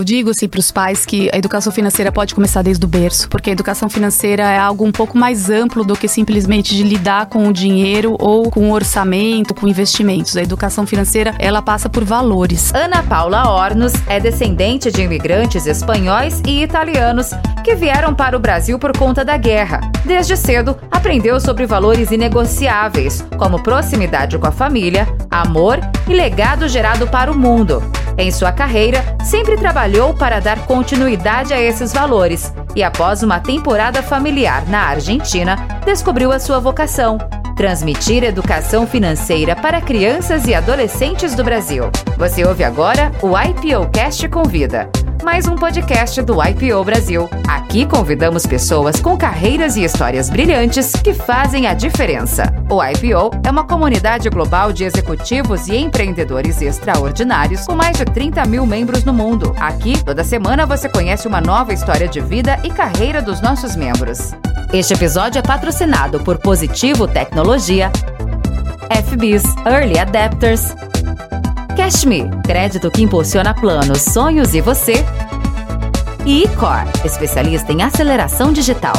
digo assim para os pais que a educação financeira pode começar desde o berço, porque a educação financeira é algo um pouco mais amplo do que simplesmente de lidar com o dinheiro ou com o orçamento, com investimentos. A educação financeira, ela passa por valores. Ana Paula Ornos é descendente de imigrantes espanhóis e italianos que vieram para o Brasil por conta da guerra. Desde cedo, aprendeu sobre valores inegociáveis, como proximidade com a família, amor e legado gerado para o mundo. Em sua carreira, sempre trabalhou para dar continuidade a esses valores e, após uma temporada familiar na Argentina, descobriu a sua vocação: transmitir educação financeira para crianças e adolescentes do Brasil. Você ouve agora o IPOcast Convida, mais um podcast do IPO Brasil. Aqui convidamos pessoas com carreiras e histórias brilhantes que fazem a diferença. O IPO é uma comunidade global de executivos e empreendedores extraordinários com mais de 30 mil membros no mundo. Aqui, toda semana você conhece uma nova história de vida e carreira dos nossos membros. Este episódio é patrocinado por Positivo Tecnologia, FBIS Early Adapters, Cashme, crédito que impulsiona planos, sonhos e você, e eCore, especialista em aceleração digital.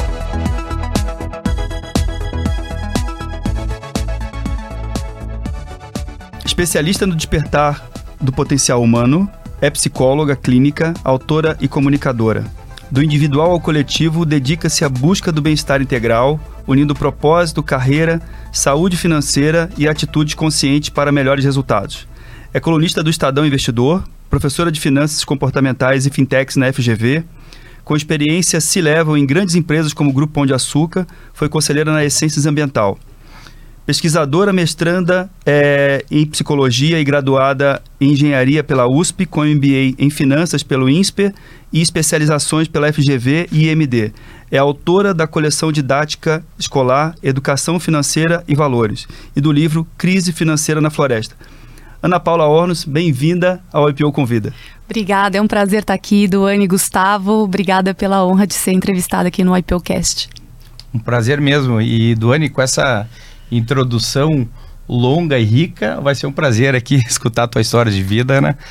Especialista no despertar do potencial humano, é psicóloga clínica, autora e comunicadora. Do individual ao coletivo, dedica-se à busca do bem-estar integral, unindo propósito, carreira, saúde financeira e atitudes conscientes para melhores resultados. É colunista do Estadão Investidor, professora de Finanças Comportamentais e Fintechs na FGV. Com experiência C-Level em grandes empresas como o Grupo Pão de Açúcar, foi conselheira na Essências Ambiental. Pesquisadora mestranda em Psicologia e graduada em Engenharia pela USP, com MBA em Finanças pelo INSPER e especializações pela FGV e IMD. É autora da coleção didática escolar Educação Financeira e Valores e do livro Crise Financeira na Floresta. Ana Paula Ornos, bem-vinda ao IPO Convida. Obrigada, é um prazer estar aqui, Duane e Gustavo. Obrigada pela honra de ser entrevistada aqui no IPOcast. Um prazer mesmo. E, Duane, com essa introdução longa e rica, vai ser um prazer aqui escutar a tua história de vida, né?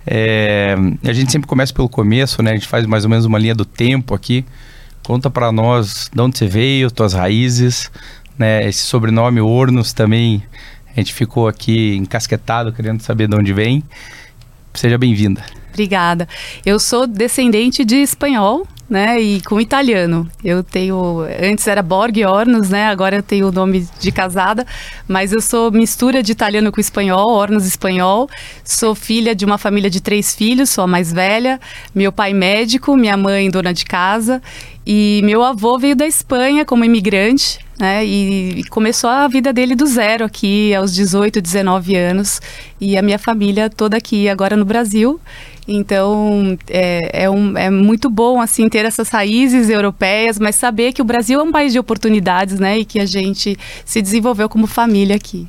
A gente sempre começa pelo começo, né? A gente faz mais ou menos uma linha do tempo aqui. Conta para nós de onde você veio, tuas raízes, né? Esse sobrenome Ornos também... A gente ficou aqui encasquetado, querendo saber de onde vem. Seja bem-vinda. Obrigada. Eu sou descendente de espanhol, né, e com italiano. Eu tenho, antes era Borg Ornos, né, agora eu tenho o nome de casada, mas eu sou mistura de italiano com espanhol, Ornos espanhol. Sou filha de uma família de 3 filhos, sou a mais velha. Meu pai médico, minha mãe dona de casa. E meu avô veio da Espanha como imigrante, né, e começou a vida dele do zero aqui, aos 18, 19 anos. E a minha família toda aqui, agora no Brasil. Então, é muito bom, assim, ter essas raízes europeias, mas saber que o Brasil é um país de oportunidades, né, e que a gente se desenvolveu como família aqui.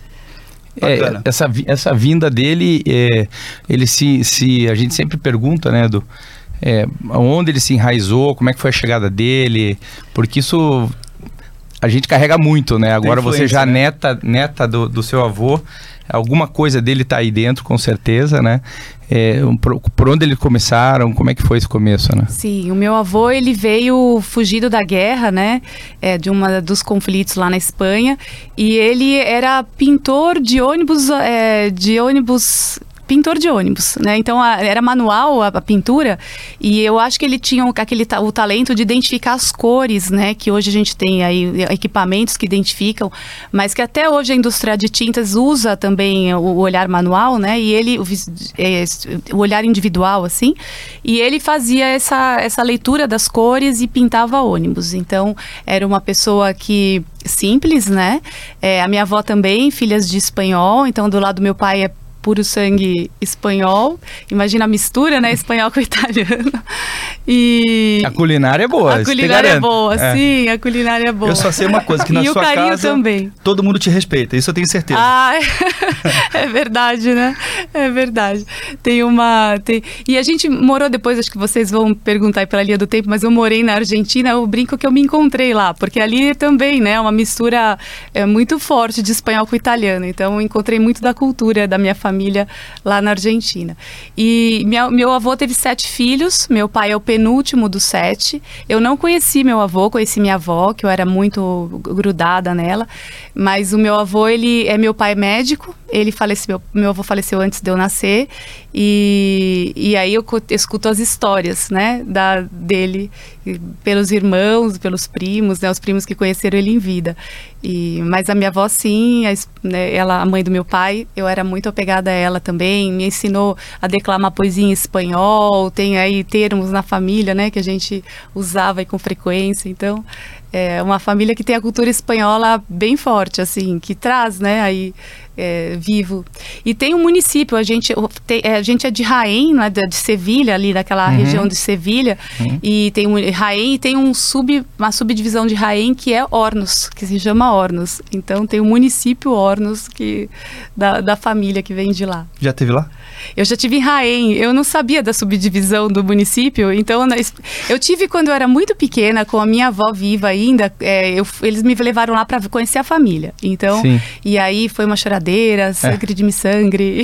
Essa vinda dele, ele a gente sempre pergunta, né, onde ele se enraizou, como é que foi a chegada dele, porque isso a gente carrega muito, né? Agora você já neta do seu avô, alguma coisa dele tá aí dentro, com certeza, né? Por onde eles começaram, como é que foi esse começo, né? Sim, o meu avô, ele veio fugido da guerra, né? De dos conflitos lá na Espanha, e ele era pintor de ônibus, pintor de ônibus, né? Então era manual a pintura, e eu acho que ele tinha o talento de identificar as cores, né? Que hoje a gente tem aí equipamentos que identificam, mas que até hoje a indústria de tintas usa também o olhar manual, né? E ele, o olhar individual, assim, e ele fazia essa leitura das cores e pintava ônibus. Então era uma pessoa que simples, né? A minha avó também, filhas de espanhol, então do lado do meu pai é puro sangue espanhol. Imagina a mistura, né? Espanhol com italiano. E a culinária é boa. A culinária é boa, sim, a culinária é boa. Eu só sei uma coisa, que na sua casa... E o carinho também. Todo mundo te respeita, isso eu tenho certeza. É verdade, né? É verdade. E a gente morou depois, acho que vocês vão perguntar aí pela linha do tempo, mas eu morei na Argentina, eu brinco que eu me encontrei lá, porque ali também, né? Uma mistura muito forte de espanhol com italiano. Então, eu encontrei muito da cultura da minha família família lá na Argentina. E meu avô teve 7 filhos, meu pai é o penúltimo dos 7. Eu não conheci meu avô, conheci minha avó, que eu era muito grudada nela, mas o meu avô, meu pai é médico, ele faleceu, meu avô faleceu antes de eu nascer, e aí eu escuto as histórias, né, dele, pelos irmãos, pelos primos, né, os primos que conheceram ele em vida. Mas a minha avó, sim, a mãe do meu pai, eu era muito apegada a ela também, me ensinou a declamar poesia em espanhol, tem aí termos na família, né, que a gente usava aí com frequência, então é uma família que tem a cultura espanhola bem forte, assim, que traz, né, aí vivo. E tem um município, a gente é de Jaén, né, de Sevilha, ali daquela região de Sevilha, e tem Jaén, e tem uma subdivisão de Jaén que é Hornos, que se chama Hornos. Então tem o município Hornos da família que vem de lá. Já esteve lá? Eu já tive em Jaén, eu não sabia da subdivisão do município, então eu tive quando eu era muito pequena, com a minha avó viva ainda, eles me levaram lá para conhecer a família, então, sim. E aí foi uma choradeira, sangre de sangre,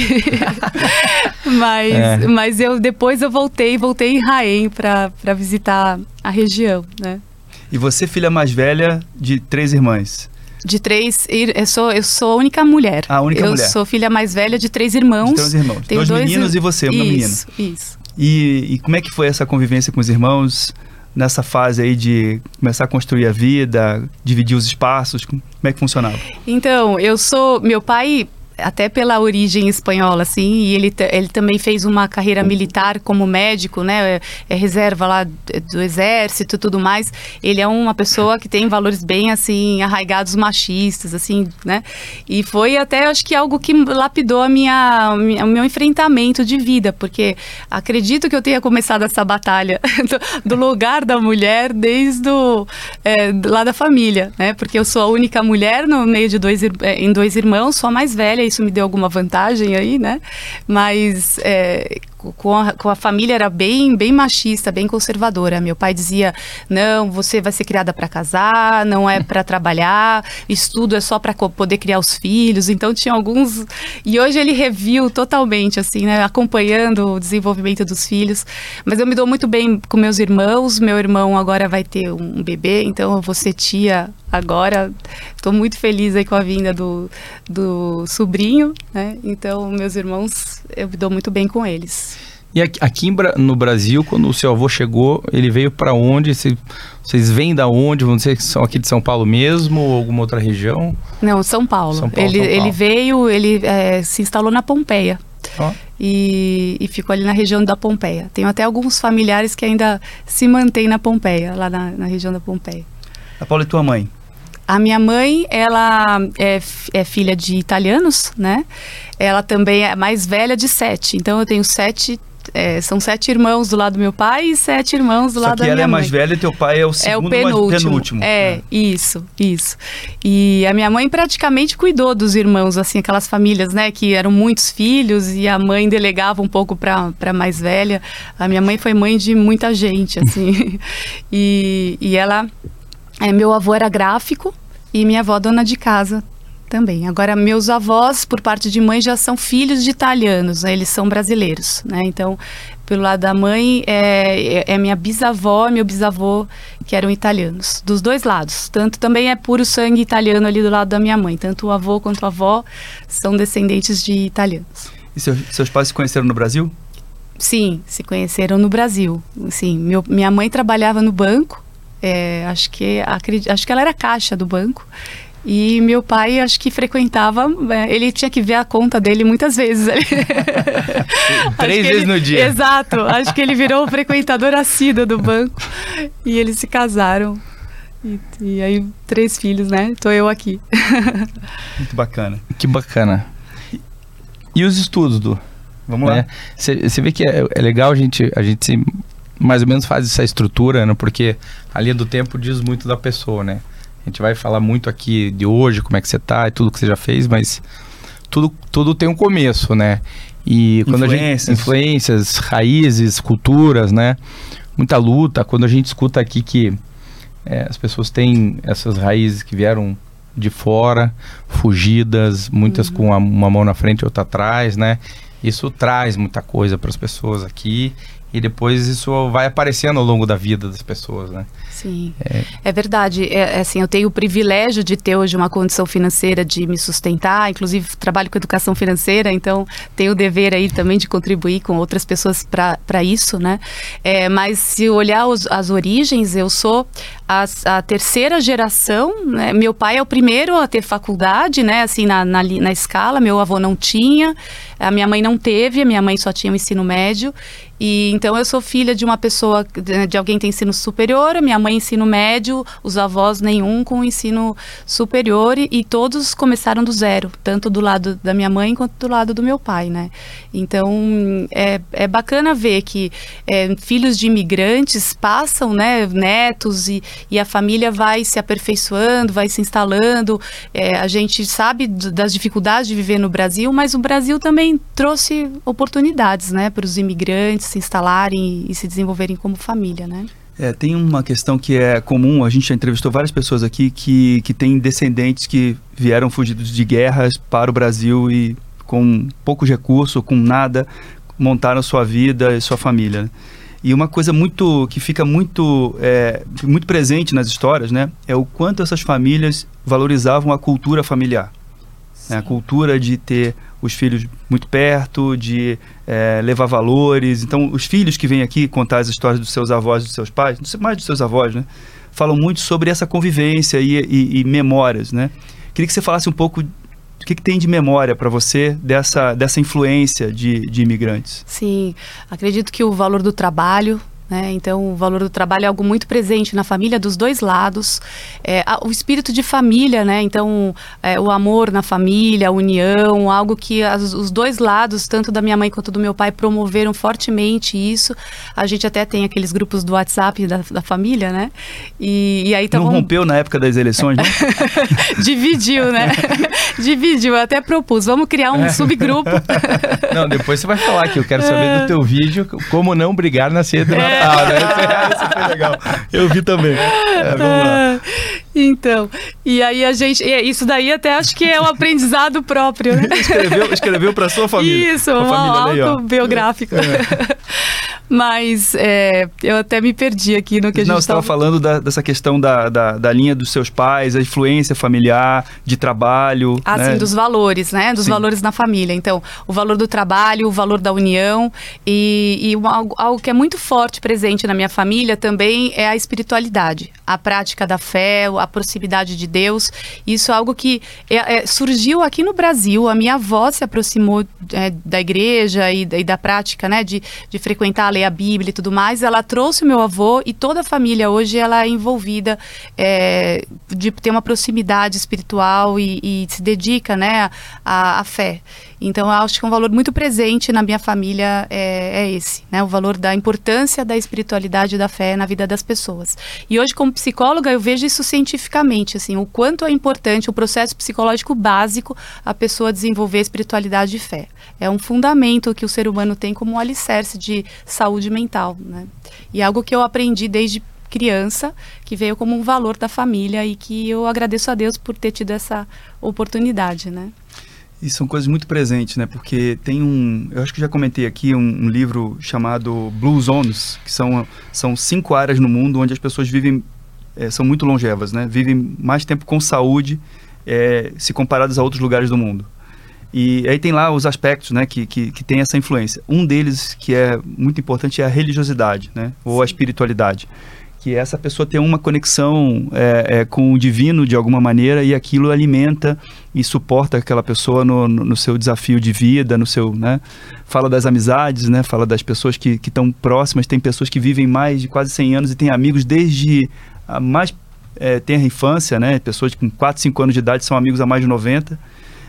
mas depois eu voltei em Jaén para visitar a região, né? E você, filha mais velha de 3 irmãs? De 3, eu sou a única mulher. A única mulher. Eu sou filha mais velha de 3 irmãos. De 3 irmãos. Tenho 2 meninos e você, uma menina. Isso. E como é que foi essa convivência com os irmãos nessa fase aí de começar a construir a vida, dividir os espaços? Como é que funcionava? Então, meu pai, até pela origem espanhola, assim, e ele também fez uma carreira militar como médico, né, reserva lá do exército e tudo mais. Ele é uma pessoa que tem valores bem, assim, arraigados machistas, assim, né, e foi até, acho que algo que lapidou o meu enfrentamento de vida, porque acredito que eu tenha começado essa batalha do lugar da mulher desde lá da família, né, porque eu sou a única mulher no meio de 2 irmãos, sou a mais velha. Isso me deu alguma vantagem aí, né? Mas com a família era bem machista, bem conservadora. Meu pai dizia, não, você vai ser criada para casar, não é para trabalhar, estudo é só para poder criar os filhos. Então tinha alguns... E hoje ele reviu totalmente, assim, né? Acompanhando o desenvolvimento dos filhos. Mas eu me dou muito bem com meus irmãos. Meu irmão agora vai ter um bebê, então eu vou ser tia agora. Estou muito feliz aí com a vinda do sobrinho, né? Então, meus irmãos, eu me dou muito bem com eles. E aqui no Brasil, quando o seu avô chegou, ele veio para onde? Vocês vêm da onde? Vocês são aqui de São Paulo mesmo ou alguma outra região? Não, São Paulo. Ele veio, se instalou na Pompeia. Oh. E ficou ali na região da Pompeia. Tenho até alguns familiares que ainda se mantêm na Pompeia, lá na região da Pompeia. A Paula, e tua mãe? A minha mãe, ela é filha de italianos, né? Ela também é mais velha de 7. Então eu tenho 7... são 7 irmãos do lado do meu pai e 7 irmãos do lado da minha mãe. Só que ela é mais velha e teu pai é o segundo, penúltimo. Isso. E a minha mãe praticamente cuidou dos irmãos, assim, aquelas famílias, né, que eram muitos filhos e a mãe delegava um pouco para mais velha. A minha mãe foi mãe de muita gente, assim. e ela... meu avô era gráfico e minha avó dona de casa também. Agora, meus avós, por parte de mãe, já são filhos de italianos, né? Eles são brasileiros, né? Então, pelo lado da mãe, minha bisavó e meu bisavô, que eram italianos, dos 2 lados. Tanto também é puro sangue italiano ali do lado da minha mãe. Tanto o avô quanto a avó são descendentes de italianos. E seus pais se conheceram no Brasil? Sim, se conheceram no Brasil. Sim, minha mãe trabalhava no banco. Acho que ela era caixa do banco. E meu pai, acho que frequentava, ele tinha que ver a conta dele muitas vezes. 3 vezes no dia. Exato, acho que ele virou um frequentador assíduo do banco. E eles se casaram. E aí, 3 filhos, né? Tô eu aqui. Muito bacana. Que bacana. E os estudos, Du? Vamos lá. Você vê que é legal a gente mais ou menos faz essa estrutura, né? Porque a linha do tempo diz muito da pessoa, né? A gente vai falar muito aqui de hoje, como é que você tá e tudo que você já fez, mas tudo tem um começo, né? E quando influências, raízes, culturas, né? Muita luta. Quando a gente escuta aqui que as pessoas têm essas raízes que vieram de fora, fugidas, muitas com uma mão na frente e outra atrás, né? Isso traz muita coisa para as pessoas aqui e depois isso vai aparecendo ao longo da vida das pessoas, né? Sim, é verdade. Assim, eu tenho o privilégio de ter hoje uma condição financeira de me sustentar, inclusive trabalho com educação financeira, então tenho o dever aí também de contribuir com outras pessoas para isso, né? Mas se olhar as origens, eu sou a terceira geração, né? Meu pai é o primeiro a ter faculdade, né? Assim, na escala, meu avô não tinha, a minha mãe não teve, a minha mãe só tinha o ensino médio. E então eu sou filha de uma pessoa, de alguém que tem ensino superior, a minha mãe ensino médio, os avós nenhum com ensino superior e todos começaram do zero, tanto do lado da minha mãe quanto do lado do meu pai, né? Então é bacana ver que filhos de imigrantes passam, né, netos e a família vai se aperfeiçoando, vai se instalando. A gente sabe das dificuldades de viver no Brasil, mas o Brasil também trouxe oportunidades, né, para os imigrantes se instalarem e se desenvolverem como família, né? Tem uma questão que é comum, a gente já entrevistou várias pessoas aqui que têm descendentes que vieram fugidos de guerras para o Brasil e com poucos recursos, com nada, montaram sua vida e sua família, né? E uma coisa que fica muito presente nas histórias, né, é o quanto essas famílias valorizavam a cultura familiar. A cultura de ter os filhos muito perto, de levar valores. Então, os filhos que vêm aqui contar as histórias dos seus avós e dos seus pais, mais dos seus avós, né, falam muito sobre essa convivência e memórias, né? Queria que você falasse um pouco o que tem de memória para você dessa influência de imigrantes. Sim, acredito que o valor do trabalho, né? Então, o valor do trabalho é algo muito presente na família dos dois lados. O espírito de família, né? Então, o amor na família, a união, algo que os dois lados, tanto da minha mãe quanto do meu pai, promoveram fortemente isso. A gente até tem aqueles grupos do WhatsApp da família, né? E aí Não rompeu na época das eleições, não? Dividiu, né? Dividiu, eu até propus, vamos criar um subgrupo. Não, depois você vai falar que eu quero saber do teu vídeo, como não brigar na ceia do Natal. Esse foi legal. Eu vi também. Vamos lá. Então, e aí a gente... Isso daí até acho que é um aprendizado próprio, né? Escreveu para sua família. Isso, um autobiográfico. Mas eu até me perdi aqui no que a gente estava falando dessa questão da linha dos seus pais, a influência familiar, de trabalho. Né? Sim, dos valores, né? Dos valores na família. Então, o valor do trabalho, o valor da união e algo que é muito forte presente na minha família também é a espiritualidade, a prática da fé, a proximidade de Deus. Isso é algo que surgiu aqui no Brasil. A minha avó se aproximou da igreja e da prática, né? De frequentar, ler a Bíblia e tudo mais. Ela trouxe o meu avô e toda a família hoje ela é envolvida de ter uma proximidade espiritual e se dedica, né, à fé. Então, eu acho que um valor muito presente na minha família é esse, né? O valor da importância da espiritualidade e da fé na vida das pessoas. E hoje, como psicóloga, eu vejo isso cientificamente, assim, o quanto é importante o processo psicológico básico a pessoa desenvolver espiritualidade e fé. É um fundamento que o ser humano tem como um alicerce de saúde mental, né? E algo que eu aprendi desde criança, que veio como um valor da família e que eu agradeço a Deus por ter tido essa oportunidade, né? E são coisas muito presentes, né? Porque tem eu acho que já comentei aqui, um livro chamado Blue Zones, que são 5 áreas no mundo onde as pessoas vivem, são muito longevas, né? Vivem mais tempo com saúde, se comparadas a outros lugares do mundo. E aí tem lá os aspectos, né, que tem essa influência. Um deles, que é muito importante, é a religiosidade, né? Ou a espiritualidade. Que essa pessoa tem uma conexão com o divino de alguma maneira e aquilo alimenta e suporta aquela pessoa no seu desafio de vida, no seu, né? Fala das amizades, né? Fala das pessoas que estão próximas. Tem pessoas que vivem mais de quase 100 anos e têm amigos desde a mais tenra infância, né? Pessoas com 4, 5 anos de idade são amigos há mais de 90.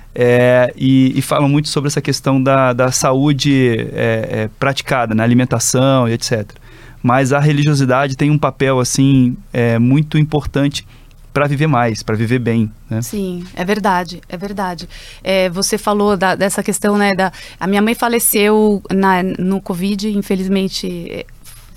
E falam muito sobre essa questão da saúde praticada, na alimentação e etc. Mas a religiosidade tem um papel assim muito importante para viver mais, para viver bem, né? Sim, é verdade, é verdade. Você falou dessa questão, né? A minha mãe faleceu no Covid, infelizmente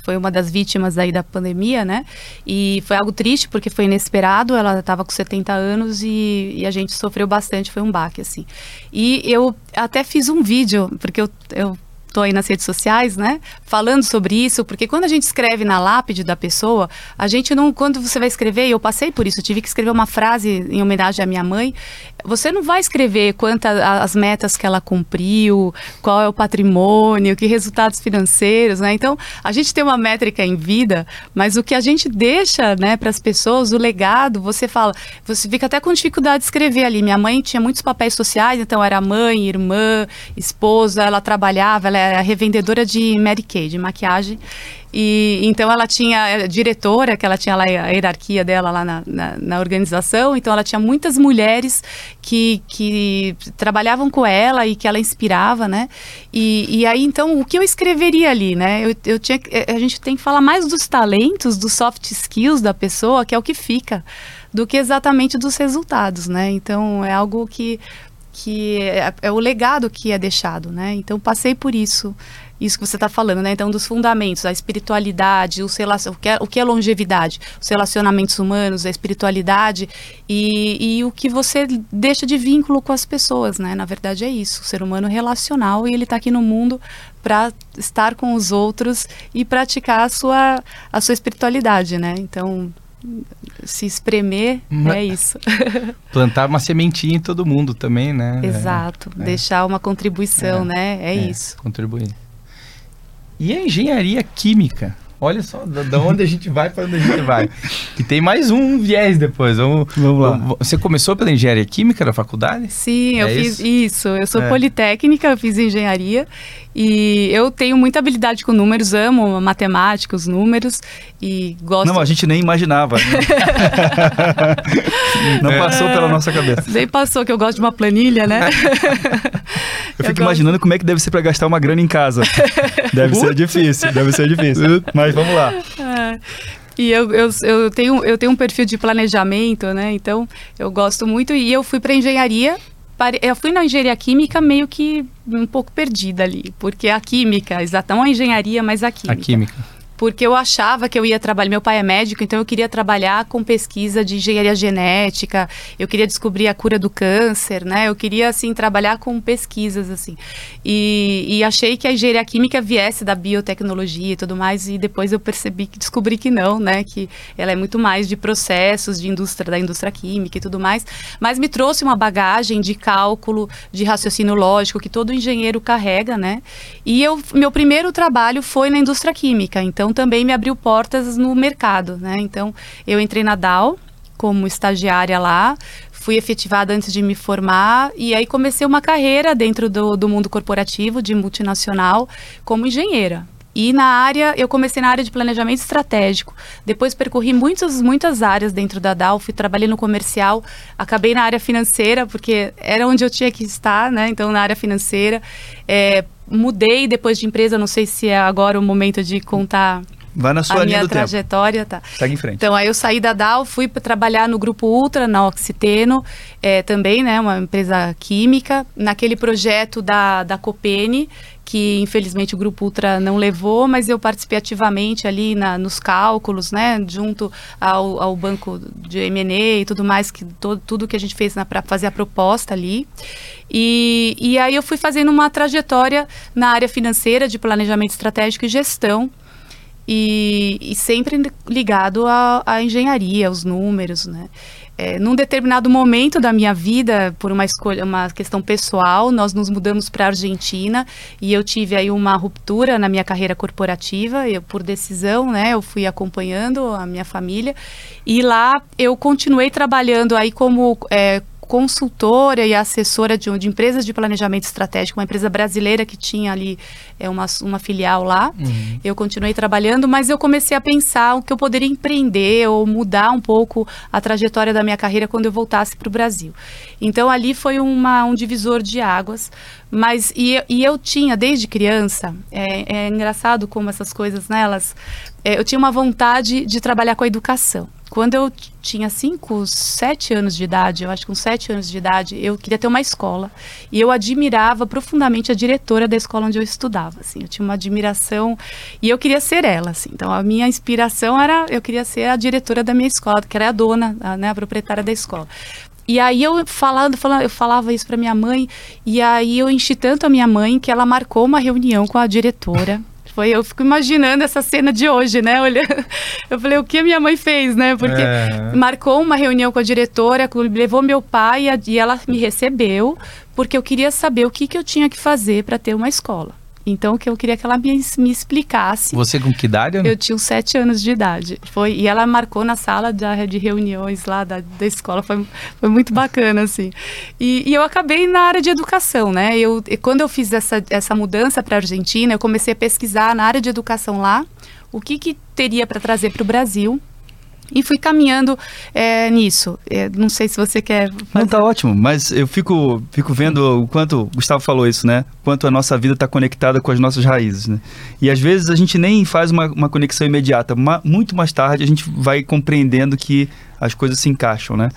foi uma das vítimas aí da pandemia, né? E foi algo triste, porque foi inesperado, ela estava com 70 anos e a gente sofreu bastante, foi um baque, assim. E eu até fiz um vídeo, porque eu tô aí nas redes sociais, né, falando sobre isso, porque quando a gente escreve na lápide da pessoa, a gente não, quando você vai escrever, e eu passei por isso, eu tive que escrever uma frase em homenagem à minha mãe, você não vai escrever as metas que ela cumpriu, qual é o patrimônio, que resultados financeiros, né, então a gente tem uma métrica em vida, mas o que a gente deixa, né, para as pessoas, o legado, você fica até com dificuldade de escrever ali. Minha mãe tinha muitos papéis sociais, então era mãe, irmã, esposa, ela trabalhava, ela era revendedora de Mary Kay, de maquiagem. E então ela tinha diretora, que ela tinha lá a hierarquia dela lá na organização, então ela tinha muitas mulheres que trabalhavam com ela e que ela inspirava, né? E aí, então, o que eu escreveria ali, né? A gente tem que falar mais dos talentos, dos soft skills da pessoa, que é o que fica, do que exatamente dos resultados, né? Então, é algo que é o legado que é deixado, né? Então, passei por isso que você está falando, né? Então, dos fundamentos, a espiritualidade, o que é longevidade, os relacionamentos humanos, a espiritualidade e o que você deixa de vínculo com as pessoas, né? Na verdade, é isso, o ser humano relacional, e ele está aqui no mundo para estar com os outros e praticar a sua espiritualidade, né? Então, se espremer, é isso. Plantar uma sementinha em todo mundo também, né? Exato, deixar uma contribuição, né? É isso. Contribuir. E a engenharia química? Olha só, da onde a gente vai para onde a gente vai. E tem mais um viés depois. Vamos lá. Você começou pela engenharia química da faculdade? Sim, eu fiz isso. Eu sou politécnica, eu fiz engenharia. E eu tenho muita habilidade com números, amo matemática, os números. E gosto... Não, a gente nem imaginava. Né? Não passou pela nossa cabeça. Nem passou, que eu gosto de uma planilha, né? Eu fico imaginando como é que deve ser para gastar uma grana em casa. Deve ser difícil. Mas vamos lá. E eu tenho um perfil de planejamento, né? Então, eu gosto muito. E eu fui para engenharia. Eu fui na engenharia química meio que um pouco perdida ali. Porque a química, não a engenharia, mas a química. A química. Porque eu achava que eu ia trabalhar... Meu pai é médico, então eu queria trabalhar com pesquisa de engenharia genética. Eu queria descobrir a cura do câncer, né? Eu queria, assim, trabalhar com pesquisas, assim. E achei que a engenharia química viesse da biotecnologia e tudo mais. E depois eu descobri que não, né? Que ela é muito mais de processos da indústria química e tudo mais. Mas me trouxe uma bagagem de cálculo, de raciocínio lógico, que todo engenheiro carrega, né? E meu primeiro trabalho foi na indústria química. Então, também me abriu portas no mercado, né? Então, eu entrei na Dow como estagiária lá, fui efetivada antes de me formar e aí comecei uma carreira dentro do mundo corporativo, de multinacional, como engenheira. E eu comecei na área de planejamento estratégico, depois percorri muitas áreas dentro da Dow, trabalhei no comercial, acabei na área financeira, porque era onde eu tinha que estar, né? Então, na área financeira, mudei depois de empresa, não sei se é agora o momento de contar Vai na sua a minha trajetória. Tá. Segue em frente. Então, aí eu saí da Dow, fui trabalhar no Grupo Ultra, na Oxiteno, também, né, uma empresa química, naquele projeto da Copene, que infelizmente o Grupo Ultra não levou, mas eu participei ativamente ali nos cálculos, né, junto ao banco de M&A e tudo mais, tudo que a gente fez para fazer a proposta ali. E aí eu fui fazendo uma trajetória na área financeira, de planejamento estratégico e gestão, e sempre ligado à engenharia, aos números, né. Num determinado momento da minha vida, por uma questão pessoal, nós nos mudamos para a Argentina e eu tive aí uma ruptura na minha carreira corporativa, por decisão, né, eu fui acompanhando a minha família e lá eu continuei trabalhando aí como consultora e assessora de empresas de planejamento estratégico, uma empresa brasileira que tinha ali uma filial lá. Uhum. Eu continuei trabalhando, mas eu comecei a pensar o que eu poderia empreender ou mudar um pouco a trajetória da minha carreira quando eu voltasse para o Brasil. Então, ali foi um divisor de águas, mas eu tinha, desde criança, é engraçado como essas coisas, né, eu tinha uma vontade de trabalhar com a educação. quando eu tinha 7 anos de idade, eu acho que com 7 anos de idade, eu queria ter uma escola. E eu admirava profundamente a diretora da escola onde eu estudava, assim. Eu tinha uma admiração e eu queria ser ela, assim. Então, a minha inspiração era, eu queria ser a diretora da minha escola, que era a dona, a proprietária da escola. E aí eu falava isso para minha mãe, e aí eu enchi tanto a minha mãe que ela marcou uma reunião com a diretora. Eu fico imaginando essa cena de hoje, né? Olhando, eu falei, o que a minha mãe fez, né? Porque marcou uma reunião com a diretora, levou meu pai e ela me recebeu, porque eu queria saber o que eu tinha que fazer para ter uma escola. Então, eu queria que ela me explicasse. Você com que idade? Eu tinha 7 anos de idade. E ela marcou na sala de reuniões lá da escola. Foi muito bacana, assim. E eu acabei na área de educação, né? Quando eu fiz essa mudança para a Argentina, eu comecei a pesquisar na área de educação lá, o que teria para trazer para o Brasil. E fui caminhando nisso. Não sei se você quer fazer. Não, tá ótimo, mas eu fico vendo o quanto, o Gustavo falou isso, né? Quanto a nossa vida está conectada com as nossas raízes, né? E às vezes a gente nem faz uma conexão imediata. Muito mais tarde a gente vai compreendendo que as coisas se encaixam, né?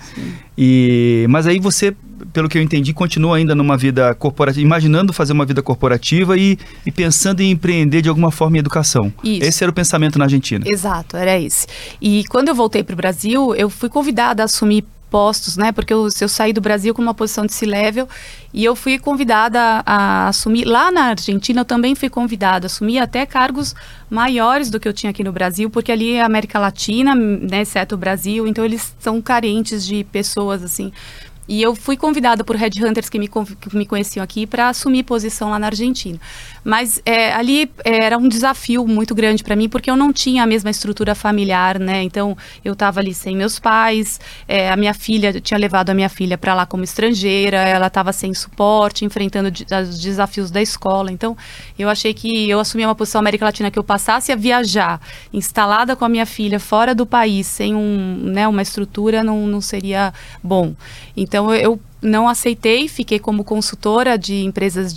Mas aí você, pelo que eu entendi, continua ainda numa vida corporativa, imaginando fazer uma vida corporativa e pensando em empreender de alguma forma em educação. Isso. Esse era o pensamento na Argentina. Exato, era esse. E quando eu voltei para o Brasil, eu fui convidada a assumir postos, né? Porque eu saí do Brasil com uma posição de C-Level e eu fui convidada a assumir, lá na Argentina eu também fui convidada a assumir até cargos maiores do que eu tinha aqui no Brasil, porque ali é América Latina, né, exceto o Brasil, então eles são carentes de pessoas, assim. E eu fui convidada por headhunters que me conheciam aqui para assumir posição lá na Argentina. Mas ali era um desafio muito grande para mim, porque eu não tinha a mesma estrutura familiar, né? Então, eu estava ali sem meus pais, a minha filha, eu tinha levado a minha filha para lá como estrangeira, ela estava sem suporte, enfrentando os desafios da escola. Então, eu achei que eu assumia uma posição na América Latina que eu passasse a viajar, instalada com a minha filha fora do país, sem uma estrutura, não seria bom. Então, eu não aceitei, fiquei como consultora de empresas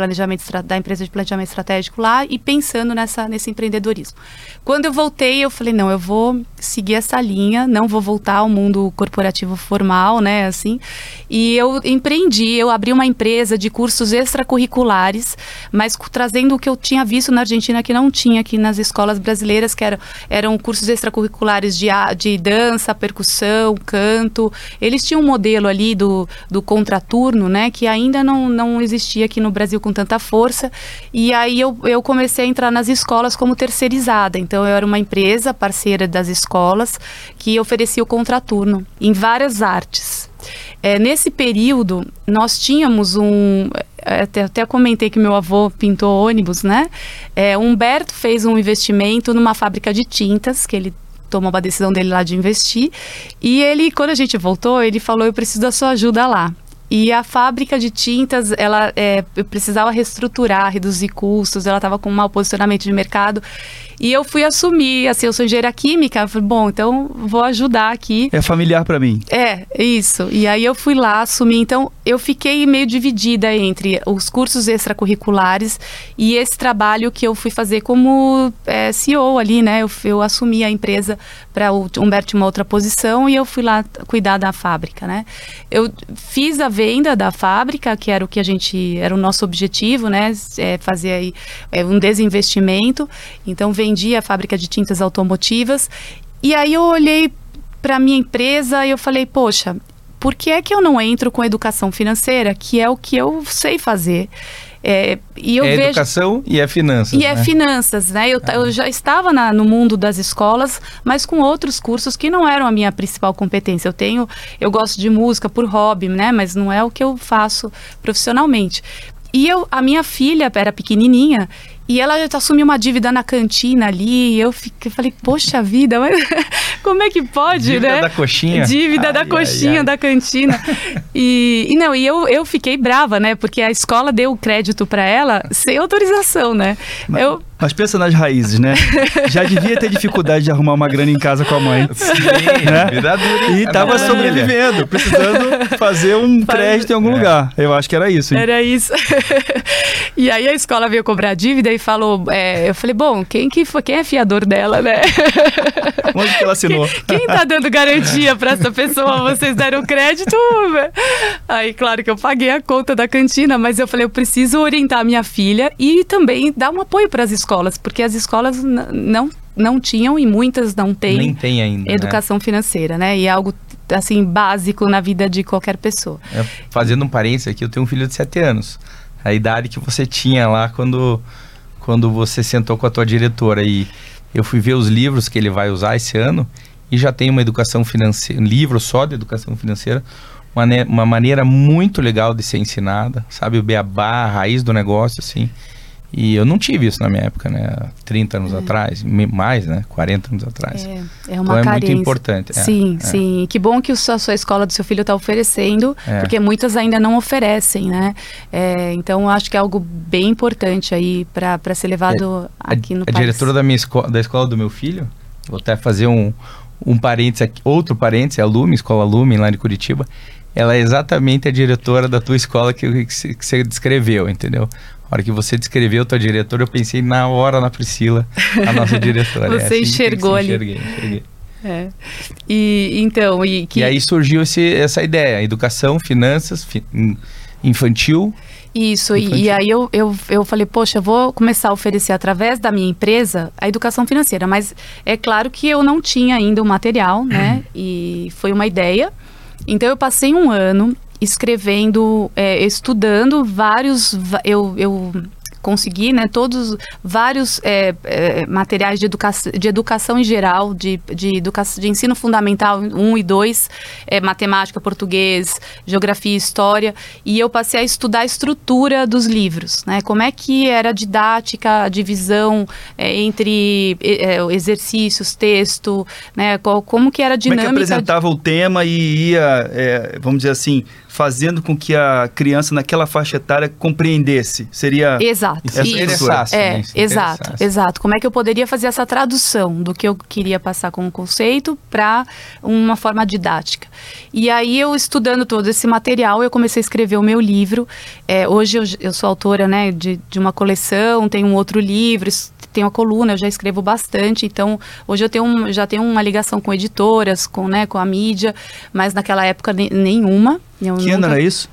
da empresa de planejamento estratégico lá e pensando nesse empreendedorismo. Quando eu voltei, eu falei, não, eu vou seguir essa linha, não vou voltar ao mundo corporativo formal, né, assim. E eu empreendi, eu abri uma empresa de cursos extracurriculares, mas trazendo o que eu tinha visto na Argentina que não tinha aqui nas escolas brasileiras, que eram cursos extracurriculares de dança, percussão, canto. Eles tinham um modelo ali do contraturno, né, que ainda não existia aqui no Brasil com tanta força, e aí eu comecei a entrar nas escolas como terceirizada. Então eu era uma empresa parceira das escolas que oferecia o contraturno em várias artes. Nesse período nós tínhamos até comentei que meu avô pintou ônibus, né? Humberto fez um investimento numa fábrica de tintas, que ele tomou uma decisão dele lá de investir, e ele, quando a gente voltou, ele falou, eu preciso da sua ajuda lá. E a fábrica de tintas, eu precisava reestruturar, reduzir custos, ela estava com um mau posicionamento de mercado. E eu fui assumir, assim, eu sou engenheira química, eu falei, bom, então vou ajudar aqui. É familiar para mim. Isso. E aí eu fui lá, assumi. Então, eu fiquei meio dividida entre os cursos extracurriculares e esse trabalho que eu fui fazer como CEO ali, né? Eu assumi a empresa para o Humberto tinha uma outra posição e eu fui lá cuidar da fábrica, né? Eu fiz a venda da fábrica, que era era o nosso objetivo, né? Fazer aí um desinvestimento. Então, vendi a fábrica de tintas automotivas. E aí eu olhei para a minha empresa e eu falei, poxa, por que é que eu não entro com educação financeira, que é o que eu sei fazer? E eu vejo... educação e finanças. E finanças, né? Eu já estava no mundo das escolas, mas com outros cursos que não eram a minha principal competência. Eu gosto de música por hobby, né? Mas não é o que eu faço profissionalmente. E a minha filha era pequenininha e ela já assumiu uma dívida na cantina ali. E eu falei, poxa vida, mas como é que pode, dívida, né? Dívida da coxinha. Dívida da coxinha, da cantina. E eu fiquei brava, né? Porque a escola deu crédito para ela sem autorização, né? Mas pensa nas raízes, né? Já devia ter dificuldade de arrumar uma grana em casa com a mãe. Sim, né? vida dura. E tava sobrevivendo, precisando fazer um crédito em algum lugar. Eu acho que era isso. Hein? Era isso. E aí a escola veio cobrar dívida e falou... eu falei, bom, quem é fiador dela, né? Onde que ela assinou? Quem tá dando garantia pra essa pessoa? Vocês deram crédito? Aí, claro que eu paguei a conta da cantina, mas eu falei, eu preciso orientar a minha filha e também dar um apoio para as escolas, porque as escolas não tinham e muitas não têm. Nem tem ainda, educação financeira, né? E é algo, assim, básico na vida de qualquer pessoa. Fazendo um parênteses aqui, eu tenho um filho de 7 anos. A idade que você tinha lá quando você sentou com a tua diretora. E eu fui ver os livros que ele vai usar esse ano e já tem uma educação financeira, um livro só de educação financeira, uma maneira muito legal de ser ensinada, sabe? O beabá, a raiz do negócio, assim. E eu não tive isso na minha época, né? 30 anos atrás, mais, né? 40 anos atrás. É uma então carência. Muito importante. Sim, sim. Que bom que a sua escola do seu filho está oferecendo, porque muitas ainda não oferecem, né? Então, eu acho que é algo bem importante aí para ser levado aqui no país. A diretora da escola do meu filho, vou até fazer um parênteses aqui, outro parênteses, a Lume, Escola Lume, lá de Curitiba, ela é exatamente a diretora da tua escola que você descreveu, entendeu? A hora que você descreveu tua diretora, eu pensei na hora na Priscila, a nossa diretora. Você enxergou ali. Enxerguei. E aí surgiu essa ideia, educação, finanças, infantil. Isso, e aí eu falei, poxa, eu vou começar a oferecer através da minha empresa a educação financeira, mas é claro que eu não tinha ainda o material, né? E foi uma ideia. Então eu passei um ano escrevendo, estudando vários, eu consegui, né, vários materiais de educação em geral, de ensino fundamental 1 e 2, matemática, português, geografia e história, e eu passei a estudar a estrutura dos livros, né, como é que era a didática, a divisão entre exercícios, texto, né, como que era a dinâmica. Como é que apresentava o tema e ia, vamos dizer assim, fazendo com que a criança naquela faixa etária compreendesse? Seria... Exato. Exato. Como é que eu poderia fazer essa tradução do que eu queria passar como conceito para uma forma didática? E aí, eu estudando todo esse material, eu comecei a escrever o meu livro. Hoje eu sou autora, né, de uma coleção, tenho um outro livro, tenho a coluna, eu já escrevo bastante. Então, hoje eu já tenho uma ligação com editoras, com a mídia, mas naquela época nenhuma. Que ano era isso?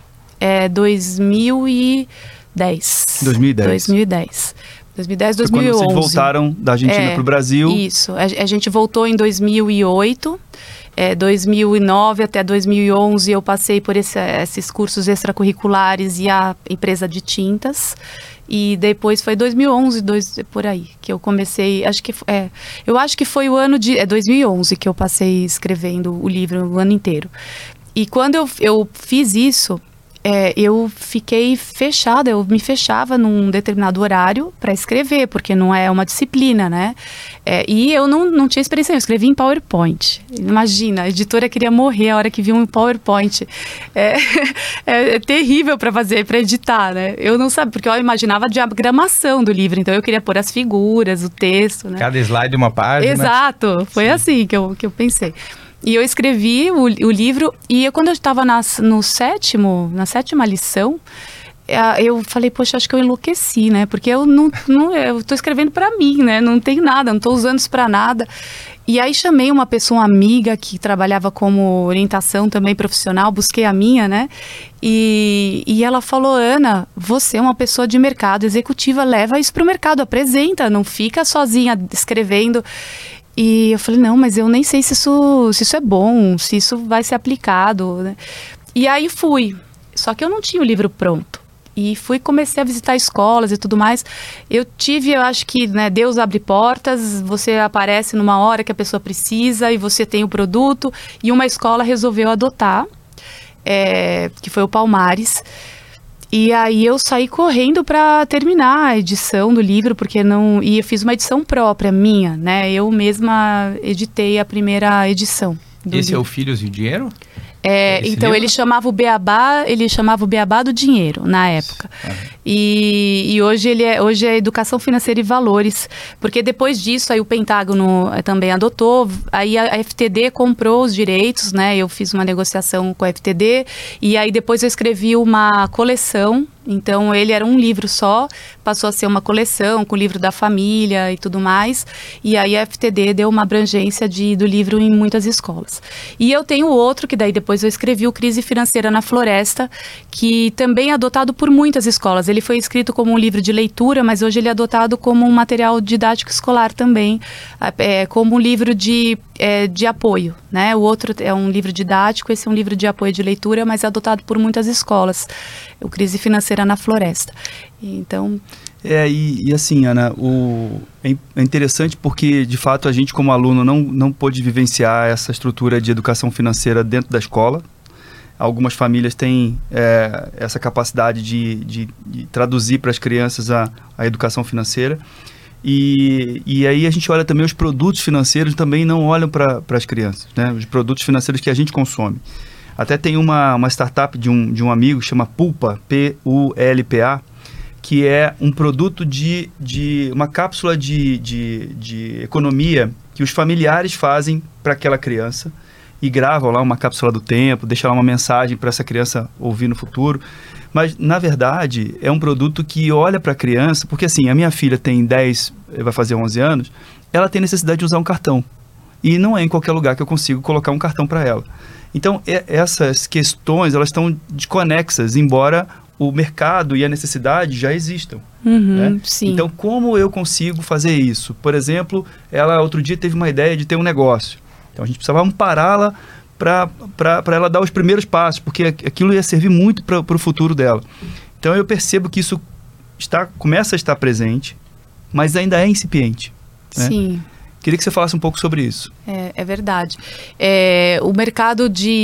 2010. 2011. 2011. Quando vocês voltaram da Argentina para o Brasil. Isso. A gente voltou em 2008. 2009 até 2011 eu passei por esses cursos extracurriculares e a empresa de tintas. E depois foi 2011, por aí, que eu comecei, eu acho que foi o ano de 2011 que eu passei escrevendo o livro o ano inteiro. E quando eu fiz isso, eu fiquei fechada, eu me fechava num determinado horário para escrever, porque não é uma disciplina, né? E eu não tinha experiência, eu escrevi em PowerPoint. Imagina, a editora queria morrer a hora que viu um PowerPoint. É terrível para fazer, para editar, né? Eu não sabia, porque eu imaginava a diagramação do livro, então eu queria pôr as figuras, o texto, né? Cada slide uma página. Exato, foi assim que eu pensei. E eu escrevi o livro, e quando eu estava na sétima lição, eu falei, poxa, acho que eu enlouqueci, né? Porque eu estou escrevendo para mim, né? Não tenho nada, não estou usando isso para nada. E aí chamei uma pessoa, uma amiga que trabalhava como orientação também profissional, busquei a minha, né? E ela falou, Ana, você é uma pessoa de mercado, executiva, leva isso para o mercado, apresenta, não fica sozinha escrevendo. E eu falei, não, mas eu nem sei se isso é bom, se isso vai ser aplicado, né? E aí fui, só que eu não tinha o livro pronto. E comecei a visitar escolas e tudo mais. Eu acho que, né, Deus abre portas, você aparece numa hora que a pessoa precisa e você tem o produto. E uma escola resolveu adotar, que foi o Palmares. E aí eu saí correndo para terminar a edição do livro, e eu fiz uma edição própria, minha, né? Eu mesma editei a primeira edição. Esse livro. É o Filhos e o Dinheiro? Então ele chamava o Beabá do dinheiro na época. E hoje hoje é Educação Financeira e Valores, porque depois disso aí o Pentágono também adotou, aí a FTD comprou os direitos, né? Eu fiz uma negociação com a FTD e aí depois eu escrevi uma coleção. Então ele era um livro só, passou a ser uma coleção com o livro da família e tudo mais, e aí a FTD deu uma abrangência do livro em muitas escolas. E eu tenho outro, que daí depois eu escrevi, o Crise Financeira na Floresta, que também é adotado por muitas escolas. Ele foi escrito como um livro de leitura, mas hoje ele é adotado como um material didático escolar também, como um livro de apoio, né? O outro é um livro didático, esse é um livro de apoio de leitura, mas é adotado por muitas escolas. O Crise Financeira na Floresta. Então... E assim, Ana, é interessante porque, de fato, a gente como aluno não pôde vivenciar essa estrutura de educação financeira dentro da escola. Algumas famílias têm essa capacidade de traduzir para as crianças a educação financeira. E aí a gente olha também os produtos financeiros, também não olham para as crianças, né? Os produtos financeiros que a gente consome. Até tem uma startup de um amigo que chama Pulpa, P-U-L-P-A, que é um produto de uma cápsula de economia que os familiares fazem para aquela criança e gravam lá uma cápsula do tempo, deixam lá uma mensagem para essa criança ouvir no futuro. Mas, na verdade, é um produto que olha para a criança, porque assim, a minha filha tem 10, vai fazer 11 anos, ela tem necessidade de usar um cartão. E não é em qualquer lugar que eu consigo colocar um cartão para ela. Então, essas questões, elas estão desconexas, embora o mercado e a necessidade já existam. Né? Sim. Então, como eu consigo fazer isso? Por exemplo, ela outro dia teve uma ideia de ter um negócio. Então, a gente precisava ampará-la para ela dar os primeiros passos, porque aquilo ia servir muito para o futuro dela. Então, eu percebo que isso começa a estar presente, mas ainda é incipiente. Né? Sim. Queria que você falasse um pouco sobre isso. É verdade. O mercado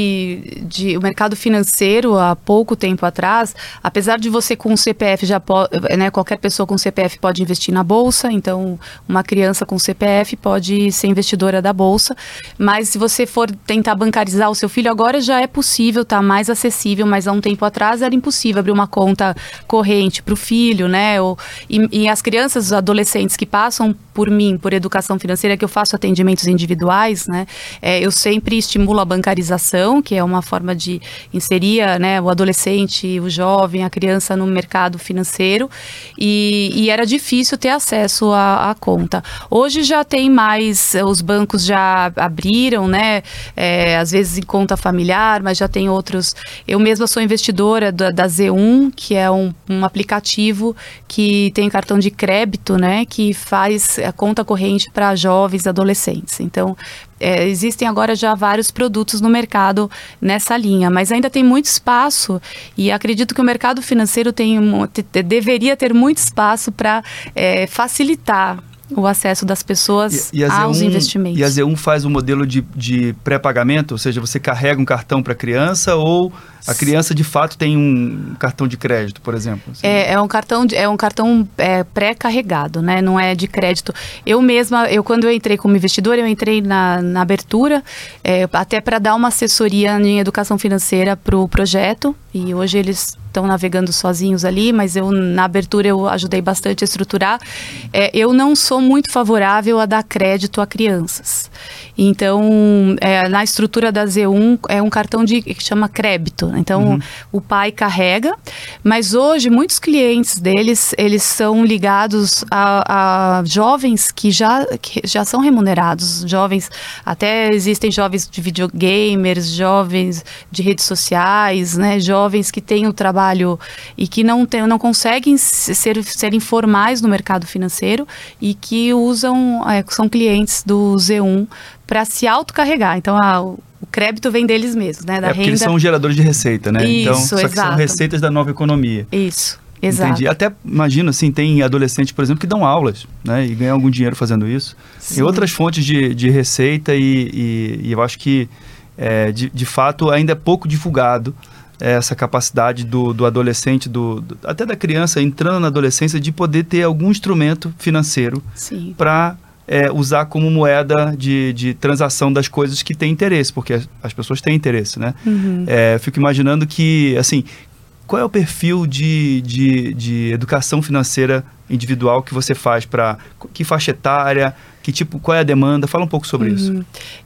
o mercado financeiro, há pouco tempo atrás, apesar de você com o CPF, qualquer pessoa com CPF pode investir na Bolsa, então uma criança com CPF pode ser investidora da Bolsa, mas se você for tentar bancarizar o seu filho, agora já é possível, está mais acessível, mas há um tempo atrás era impossível abrir uma conta corrente para o filho, né? E as crianças, os adolescentes que passam por mim, por educação financeira, que eu faço atendimentos individuais, né? Eu sempre estimulo a bancarização, que é uma forma de inserir, né, o adolescente, o jovem, a criança no mercado financeiro, e era difícil ter acesso à conta. Hoje já tem mais, os bancos já abriram, né? Às vezes em conta familiar, mas já tem outros. Eu mesma sou investidora da Z1, que é um aplicativo que tem cartão de crédito, né? Que faz a conta corrente para jovens, adolescentes. Então, existem agora já vários produtos no mercado nessa linha, mas ainda tem muito espaço e acredito que o mercado financeiro deveria ter muito espaço para facilitar o acesso das pessoas aos investimentos. E a Z1 faz um modelo de pré-pagamento, ou seja, você carrega um cartão para a criança ou a criança de fato tem um cartão de crédito, por exemplo? Assim. É um cartão pré-carregado, né? Não é de crédito. Eu mesma, quando eu entrei como investidora, eu entrei na abertura, até para dar uma assessoria em educação financeira para o projeto, e hoje eles estão navegando sozinhos ali, mas na abertura eu ajudei bastante a estruturar. Eu não sou muito favorável a dar crédito a crianças. Então, na estrutura da Z1, é um cartão que chama crédito. Então, o pai carrega, mas hoje muitos clientes deles, eles são ligados a jovens que já são remunerados, jovens, até existem jovens de videogamers, jovens de redes sociais, né, jovens que têm o trabalho e que não conseguem serem formais no mercado financeiro e que são clientes do Z1 para se autocarregar. Então, o crédito vem deles mesmos, né? Da porque renda. Eles são geradores de receita, né? Isso, então, só que exato. são receitas da nova economia. Isso, exato. Entendi. Até, imagino, assim, tem adolescentes, por exemplo, que dão aulas, né? E ganham algum dinheiro fazendo isso. Sim. Tem outras fontes de receita e eu acho que, de fato, ainda é pouco divulgado essa capacidade do adolescente, até da criança entrando na adolescência, de poder ter algum instrumento financeiro para usar como moeda de transação das coisas que tem interesse, porque as pessoas têm interesse, né? Fico imaginando que, assim, qual é o perfil de educação financeira individual que você faz para que faixa etária, qual é a demanda? Fala um pouco sobre isso.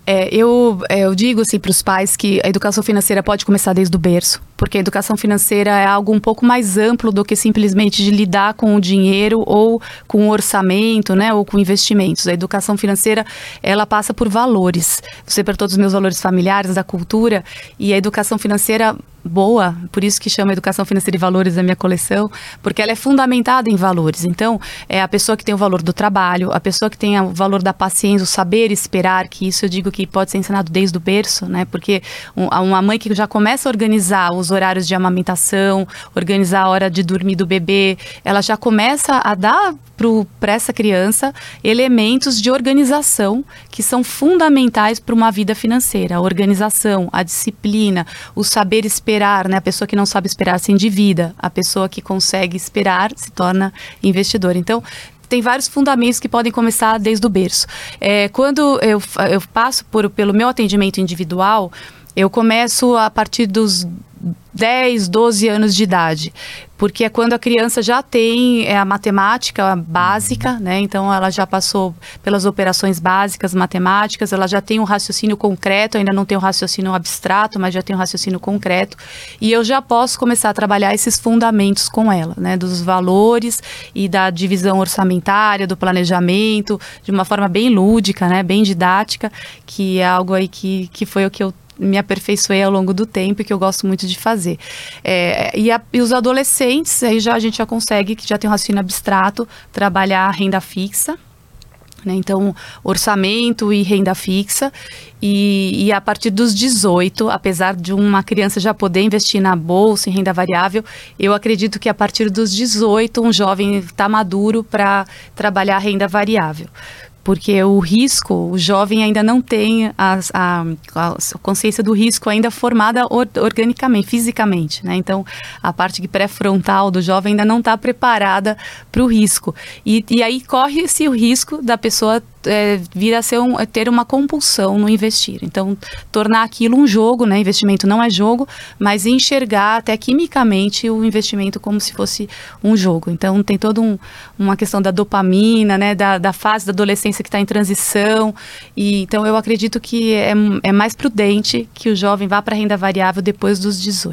Eu digo assim para os pais que a educação financeira pode começar desde o berço, porque a educação financeira é algo um pouco mais amplo do que simplesmente de lidar com o dinheiro ou com o orçamento, né, ou com investimentos. A educação financeira, ela passa por valores. Você perguntou dos meus valores familiares, da cultura, e a educação financeira boa, por isso que chama Educação Financeira e Valores a minha coleção, porque ela é fundamentada em valores. Então, é a pessoa que tem o valor do trabalho, a pessoa que tem o valor da paciência, o saber esperar, que isso eu digo que pode ser ensinado desde o berço, né? Porque uma mãe que já começa a organizar os horários de amamentação, organizar a hora de dormir do bebê, ela já começa a dar para essa criança elementos de organização que são fundamentais para uma vida financeira. A organização, a disciplina, o saber esperar, né? A pessoa que não sabe esperar se endivida, a pessoa que consegue esperar se torna investidora. Então, tem vários fundamentos que podem começar desde o berço. Quando eu passo pelo meu atendimento individual, eu começo a partir dos 10, 12 anos de idade, porque é quando a criança já tem a matemática básica, né? Então ela já passou pelas operações básicas matemáticas, ela já tem um raciocínio concreto, ainda não tem um raciocínio abstrato, mas já tem um raciocínio concreto, e eu já posso começar a trabalhar esses fundamentos com ela, né? Dos valores e da divisão orçamentária, do planejamento, de uma forma bem lúdica, né? Bem didática, que é algo aí que foi o que eu me aperfeiçoei ao longo do tempo e que eu gosto muito de fazer. E os adolescentes, aí a gente já consegue, que já tem um raciocínio abstrato, trabalhar a renda fixa, né? Então, orçamento e renda fixa. E a partir dos 18, apesar de uma criança já poder investir na bolsa, em renda variável, eu acredito que a partir dos 18, um jovem está maduro para trabalhar a renda variável. Porque o risco, o jovem ainda não tem a consciência do risco ainda formada organicamente, fisicamente, né? Então, a parte pré-frontal do jovem ainda não está preparada para o risco. E aí corre-se o risco da pessoa vir a ter uma compulsão no investir. Então, tornar aquilo um jogo, né? Investimento não é jogo, mas enxergar até quimicamente o investimento como se fosse um jogo. Então, tem toda uma questão da dopamina, né? Da fase da adolescência que está em transição. Então, eu acredito que é mais prudente que o jovem vá para a renda variável depois dos 18.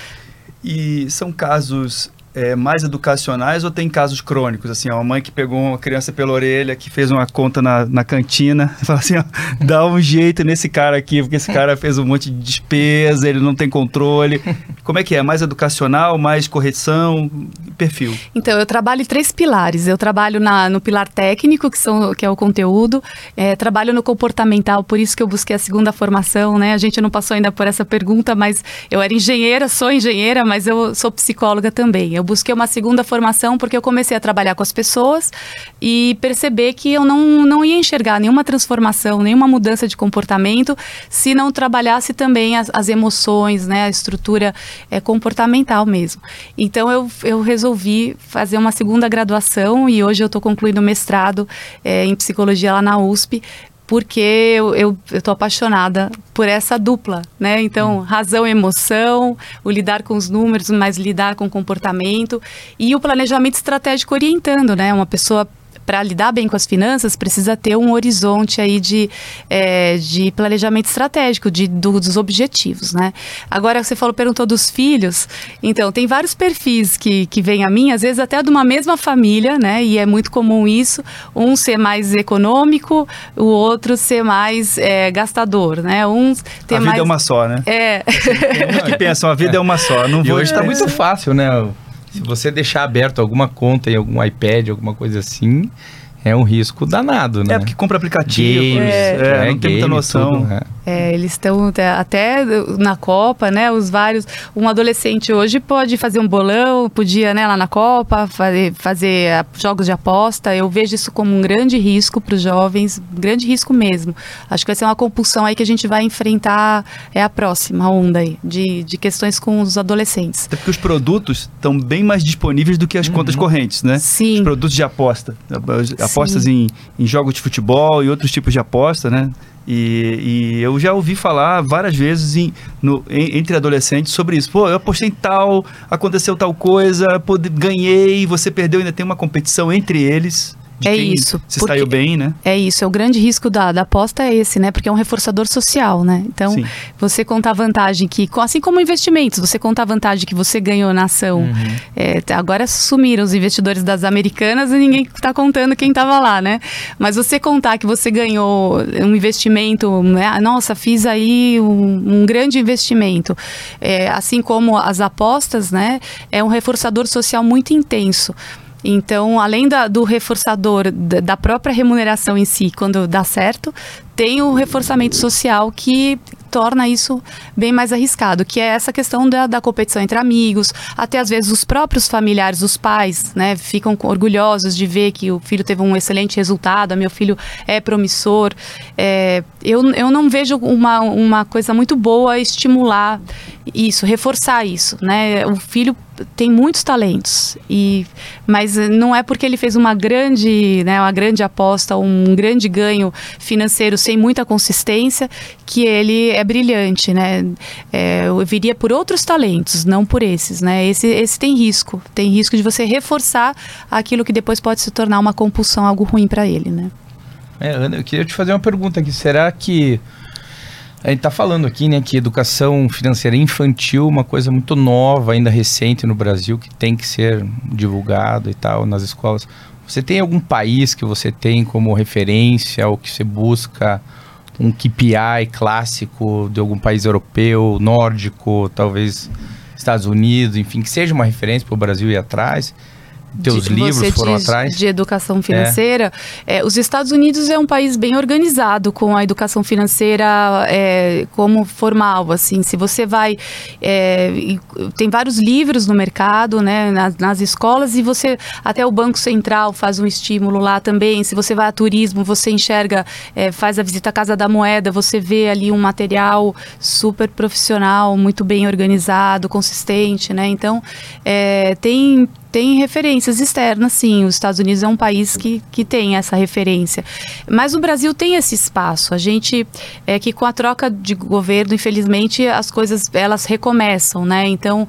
E são casos mais educacionais ou tem casos crônicos? Assim, uma mãe que pegou uma criança pela orelha, que fez uma conta na cantina, fala assim, ó, dá um jeito nesse cara aqui, porque esse cara fez um monte de despesa, ele não tem controle. Como é que é? Mais educacional, mais correção, perfil? Então, eu trabalho em 3 pilares. Eu trabalho no pilar técnico, que é o conteúdo, trabalho no comportamental, por isso que eu busquei a segunda formação, né? A gente não passou ainda por essa pergunta, mas eu era engenheira, sou engenheira, mas eu sou psicóloga também. Eu busquei uma segunda formação porque eu comecei a trabalhar com as pessoas e perceber que eu não ia enxergar nenhuma transformação, nenhuma mudança de comportamento se não trabalhasse também as emoções, né, a estrutura comportamental mesmo. Então eu resolvi fazer uma segunda graduação e hoje eu estou concluindo o mestrado em psicologia lá na USP, porque eu estou apaixonada por essa dupla, né? Então, razão e emoção, o lidar com os números, mas lidar com o comportamento e o planejamento estratégico orientando, né? Uma pessoa, para lidar bem com as finanças, precisa ter um horizonte aí de planejamento estratégico, dos objetivos, né? Agora, você perguntou dos filhos, então, tem vários perfis que vêm a mim, às vezes até de uma mesma família, né? E é muito comum isso, um ser mais econômico, o outro ser mais gastador, né? A vida é uma só, né? Tem uns que pensam, a vida é uma só. E hoje está muito fácil, né? Se você deixar aberto alguma conta em algum iPad, alguma coisa assim, é um risco danado, né? Porque compra aplicativo, não tem muita noção. Tudo, eles estão até na Copa, né? Um adolescente hoje pode fazer um bolão, podia, né, lá na Copa, fazer jogos de aposta. Eu vejo isso como um grande risco para os jovens, um grande risco mesmo. Acho que vai ser uma compulsão aí que a gente vai enfrentar, a próxima onda aí, de questões com os adolescentes. Até porque os produtos estão bem mais disponíveis do que as contas correntes, né? Sim. Os produtos de aposta. apostas em jogos de futebol e outros tipos de aposta, né? E eu já ouvi falar várias vezes entre adolescentes sobre isso. Pô, eu apostei em tal, aconteceu tal coisa, ganhei, você perdeu, ainda tem uma competição entre eles. Se saiu bem, né? É isso, o grande risco da aposta é esse, né? Porque é um reforçador social, né? Então, sim, você conta a vantagem que, assim como investimentos, você conta a vantagem que você ganhou na ação. Agora sumiram os investidores das Americanas e ninguém está contando quem estava lá, né? Mas você contar que você ganhou um investimento, né? Nossa, fiz aí um grande investimento. Assim como as apostas, né? É um reforçador social muito intenso. Então, além do reforçador da própria remuneração em si, quando dá certo, tem o reforçamento social que torna isso bem mais arriscado, que é essa questão da competição entre amigos, até às vezes os próprios familiares, os pais, né, ficam orgulhosos de ver que o filho teve um excelente resultado, meu filho é promissor. Eu não vejo uma coisa muito boa estimular isso, reforçar isso, né? O filho tem muitos talentos, mas não é porque ele fez uma grande aposta, um grande ganho financeiro sem muita consistência, que ele é brilhante, né? Eu viria por outros talentos, não por esses, né? Esse tem risco de você reforçar aquilo que depois pode se tornar uma compulsão, algo ruim para ele, né? Ana, eu queria te fazer uma pergunta aqui. Será que a gente está falando aqui, né, que educação financeira infantil é uma coisa muito nova, ainda recente no Brasil, que tem que ser divulgado e tal nas escolas. Você tem algum país que você tem como referência ou que você busca um KPI clássico de algum país europeu, nórdico, talvez Estados Unidos, enfim, que seja uma referência para o Brasil ir atrás? Teus livros foram atrás? De educação financeira. Os Estados Unidos é um país bem organizado com a educação financeira como formal, assim. Se você vai... tem vários livros no mercado, né, nas escolas, e até o Banco Central faz um estímulo lá também. Se você vai a turismo, você enxerga, faz a visita à Casa da Moeda, você vê ali um material super profissional, muito bem organizado, consistente, né? Então, tem referências externas, sim. Os Estados Unidos é um país que tem essa referência. Mas o Brasil tem esse espaço. A gente, que com a troca de governo, infelizmente, as coisas, elas recomeçam, né? Então,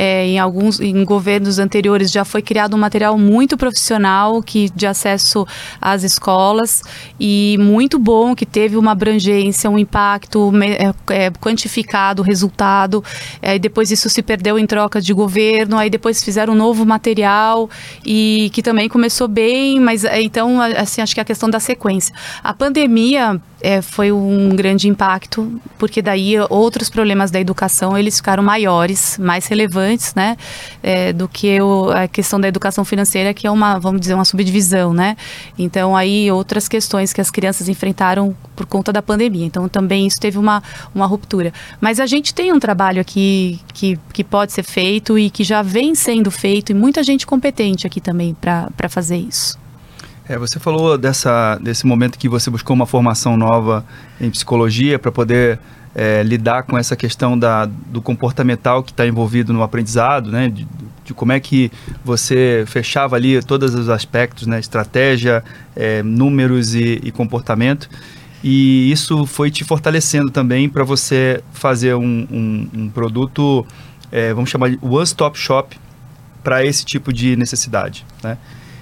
em governos anteriores já foi criado um material muito profissional de acesso às escolas e muito bom, que teve uma abrangência, um impacto quantificado, resultado. Depois isso se perdeu em troca de governo, aí depois fizeram um novo material e que também começou bem, mas então, assim, acho que é a questão da sequência. A pandemia foi um grande impacto, porque daí outros problemas da educação, eles ficaram maiores, mais relevantes, né, do que a questão da educação financeira, que é vamos dizer, uma subdivisão, né? Então, aí outras questões que as crianças enfrentaram por conta da pandemia. Então, também isso teve uma ruptura. Mas a gente tem um trabalho aqui que pode ser feito e que já vem sendo feito, e muita gente competente aqui também para fazer isso. Você falou desse momento que você buscou uma formação nova em psicologia para poder lidar com essa questão do comportamental que está envolvido no aprendizado, né? De como é que você fechava ali todos os aspectos, né? Estratégia, números e comportamento. E isso foi te fortalecendo também para você fazer um produto, vamos chamar de one-stop shop, para esse tipo de necessidade, né?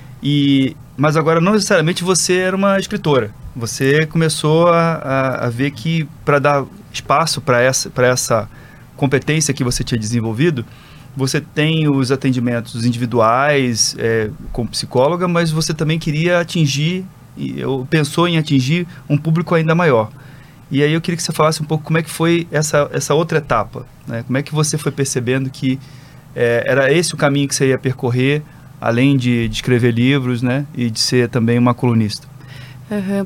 Mas agora não necessariamente você era uma escritora. Você começou a ver que para dar espaço para essa competência que você tinha desenvolvido, você tem os atendimentos individuais como psicóloga, mas você também queria pensou em atingir um público ainda maior. E aí eu queria que você falasse um pouco como é que foi essa outra etapa, né? Como é que você foi percebendo que era esse o caminho que você ia percorrer, além de escrever livros, né, e de ser também uma colunista? Uhum.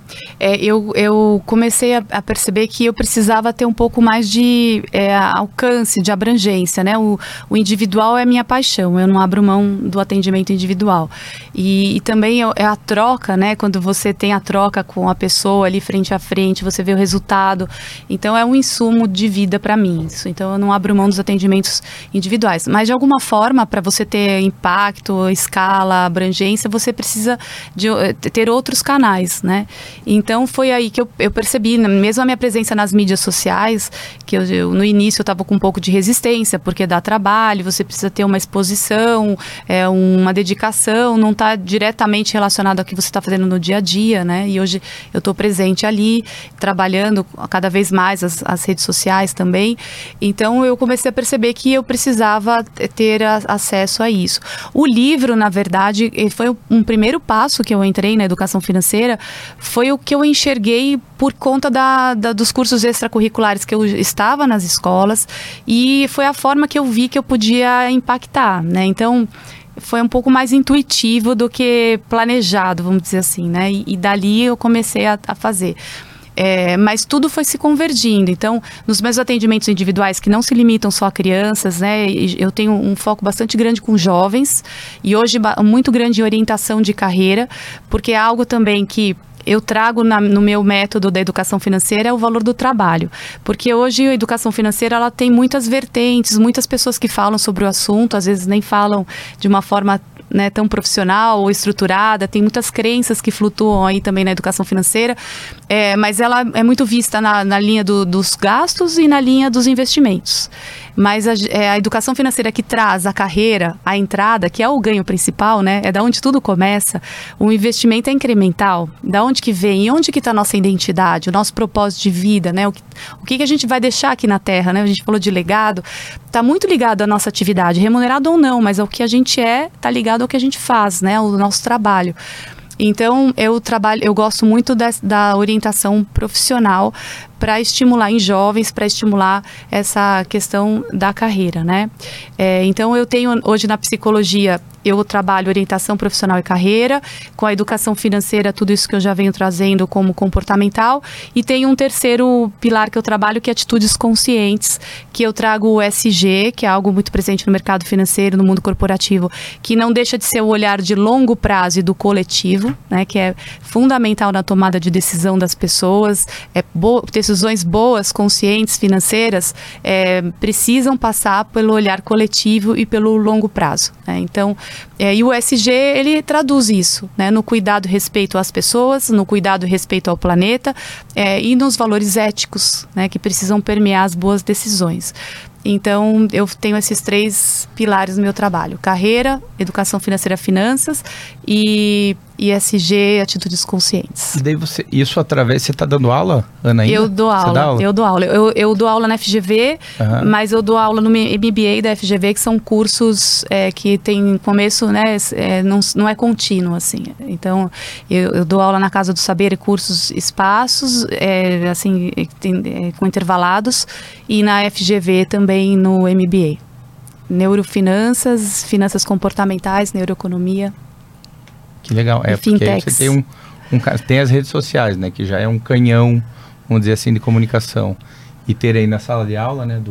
Eu comecei a perceber que eu precisava ter um pouco mais de alcance, de abrangência, né? O individual é minha paixão, eu não abro mão do atendimento individual. E também é a troca, né? Quando você tem a troca com a pessoa ali frente a frente, você vê o resultado. Então, é um insumo de vida para mim. Isso. Então, eu não abro mão dos atendimentos individuais. Mas, de alguma forma, para você ter impacto, escala, abrangência, você precisa ter outros canais, né? Então foi aí que eu percebi, mesmo a minha presença nas mídias sociais, que eu no início eu estava com um pouco de resistência, porque dá trabalho, você precisa ter uma exposição, uma dedicação, não está diretamente relacionado ao que você está fazendo no dia a dia, né? E hoje eu estou presente ali, trabalhando cada vez mais as redes sociais também. Então eu comecei a perceber que eu precisava ter acesso a isso. O livro, na verdade, foi um primeiro passo que eu entrei na educação financeira, foi o que eu enxerguei por conta dos cursos extracurriculares que eu estava nas escolas, e foi a forma que eu vi que eu podia impactar, né? Então, foi um pouco mais intuitivo do que planejado, vamos dizer assim, né? E dali eu comecei a fazer. Mas tudo foi se convergindo. Então, nos meus atendimentos individuais, que não se limitam só a crianças, né, eu tenho um foco bastante grande com jovens, e hoje muito grande em orientação de carreira, porque é algo também que eu trago no meu método da educação financeira, é o valor do trabalho. Porque hoje a educação financeira, ela tem muitas vertentes, muitas pessoas que falam sobre o assunto, às vezes nem falam de uma forma, né, tão profissional ou estruturada, tem muitas crenças que flutuam aí também na educação financeira, mas ela é muito vista na linha dos gastos e na linha dos investimentos. Mas a educação financeira que traz a carreira, a entrada, que é o ganho principal, né? É da onde tudo começa. O investimento é incremental. Da onde que vem? E onde que está a nossa identidade, o nosso propósito de vida, né? O que a gente vai deixar aqui na Terra, né? A gente falou de legado. Está muito ligado à nossa atividade, remunerado ou não, mas ao que a gente está ligado ao que a gente faz, né? O nosso trabalho. Então, eu gosto muito da orientação profissional para estimular em jovens, para estimular essa questão da carreira, né? Então, eu tenho hoje na psicologia, eu trabalho orientação profissional e carreira, com a educação financeira, tudo isso que eu já venho trazendo como comportamental, e tem um terceiro pilar que eu trabalho, que é atitudes conscientes, que eu trago o ESG, que é algo muito presente no mercado financeiro, no mundo corporativo, que não deixa de ser o olhar de longo prazo e do coletivo, né, que é fundamental na tomada de decisão das pessoas. Decisões boas, conscientes, financeiras, precisam passar pelo olhar coletivo e pelo longo prazo, né? Então, e o ESG, ele traduz isso, né, no cuidado e respeito às pessoas, no cuidado e respeito ao planeta, e nos valores éticos, né, que precisam permear as boas decisões. Então, eu tenho esses 3 pilares no meu trabalho: carreira, educação financeira, finanças e ESG, atitudes conscientes. E daí você está dando aula, Ana, ainda? Eu dou aula. Eu dou aula na FGV, mas eu dou aula no MBA da FGV, que são cursos que tem começo, né, não é contínuo, assim. Então, eu dou aula na Casa do Saber, cursos espaços, assim, com intervalados, e na FGV também no MBA. Neurofinanças, finanças comportamentais, neuroeconomia. Que legal. Porque aí você tem as redes sociais, né? Que já é um canhão, vamos dizer assim, de comunicação. E ter aí na sala de aula, né?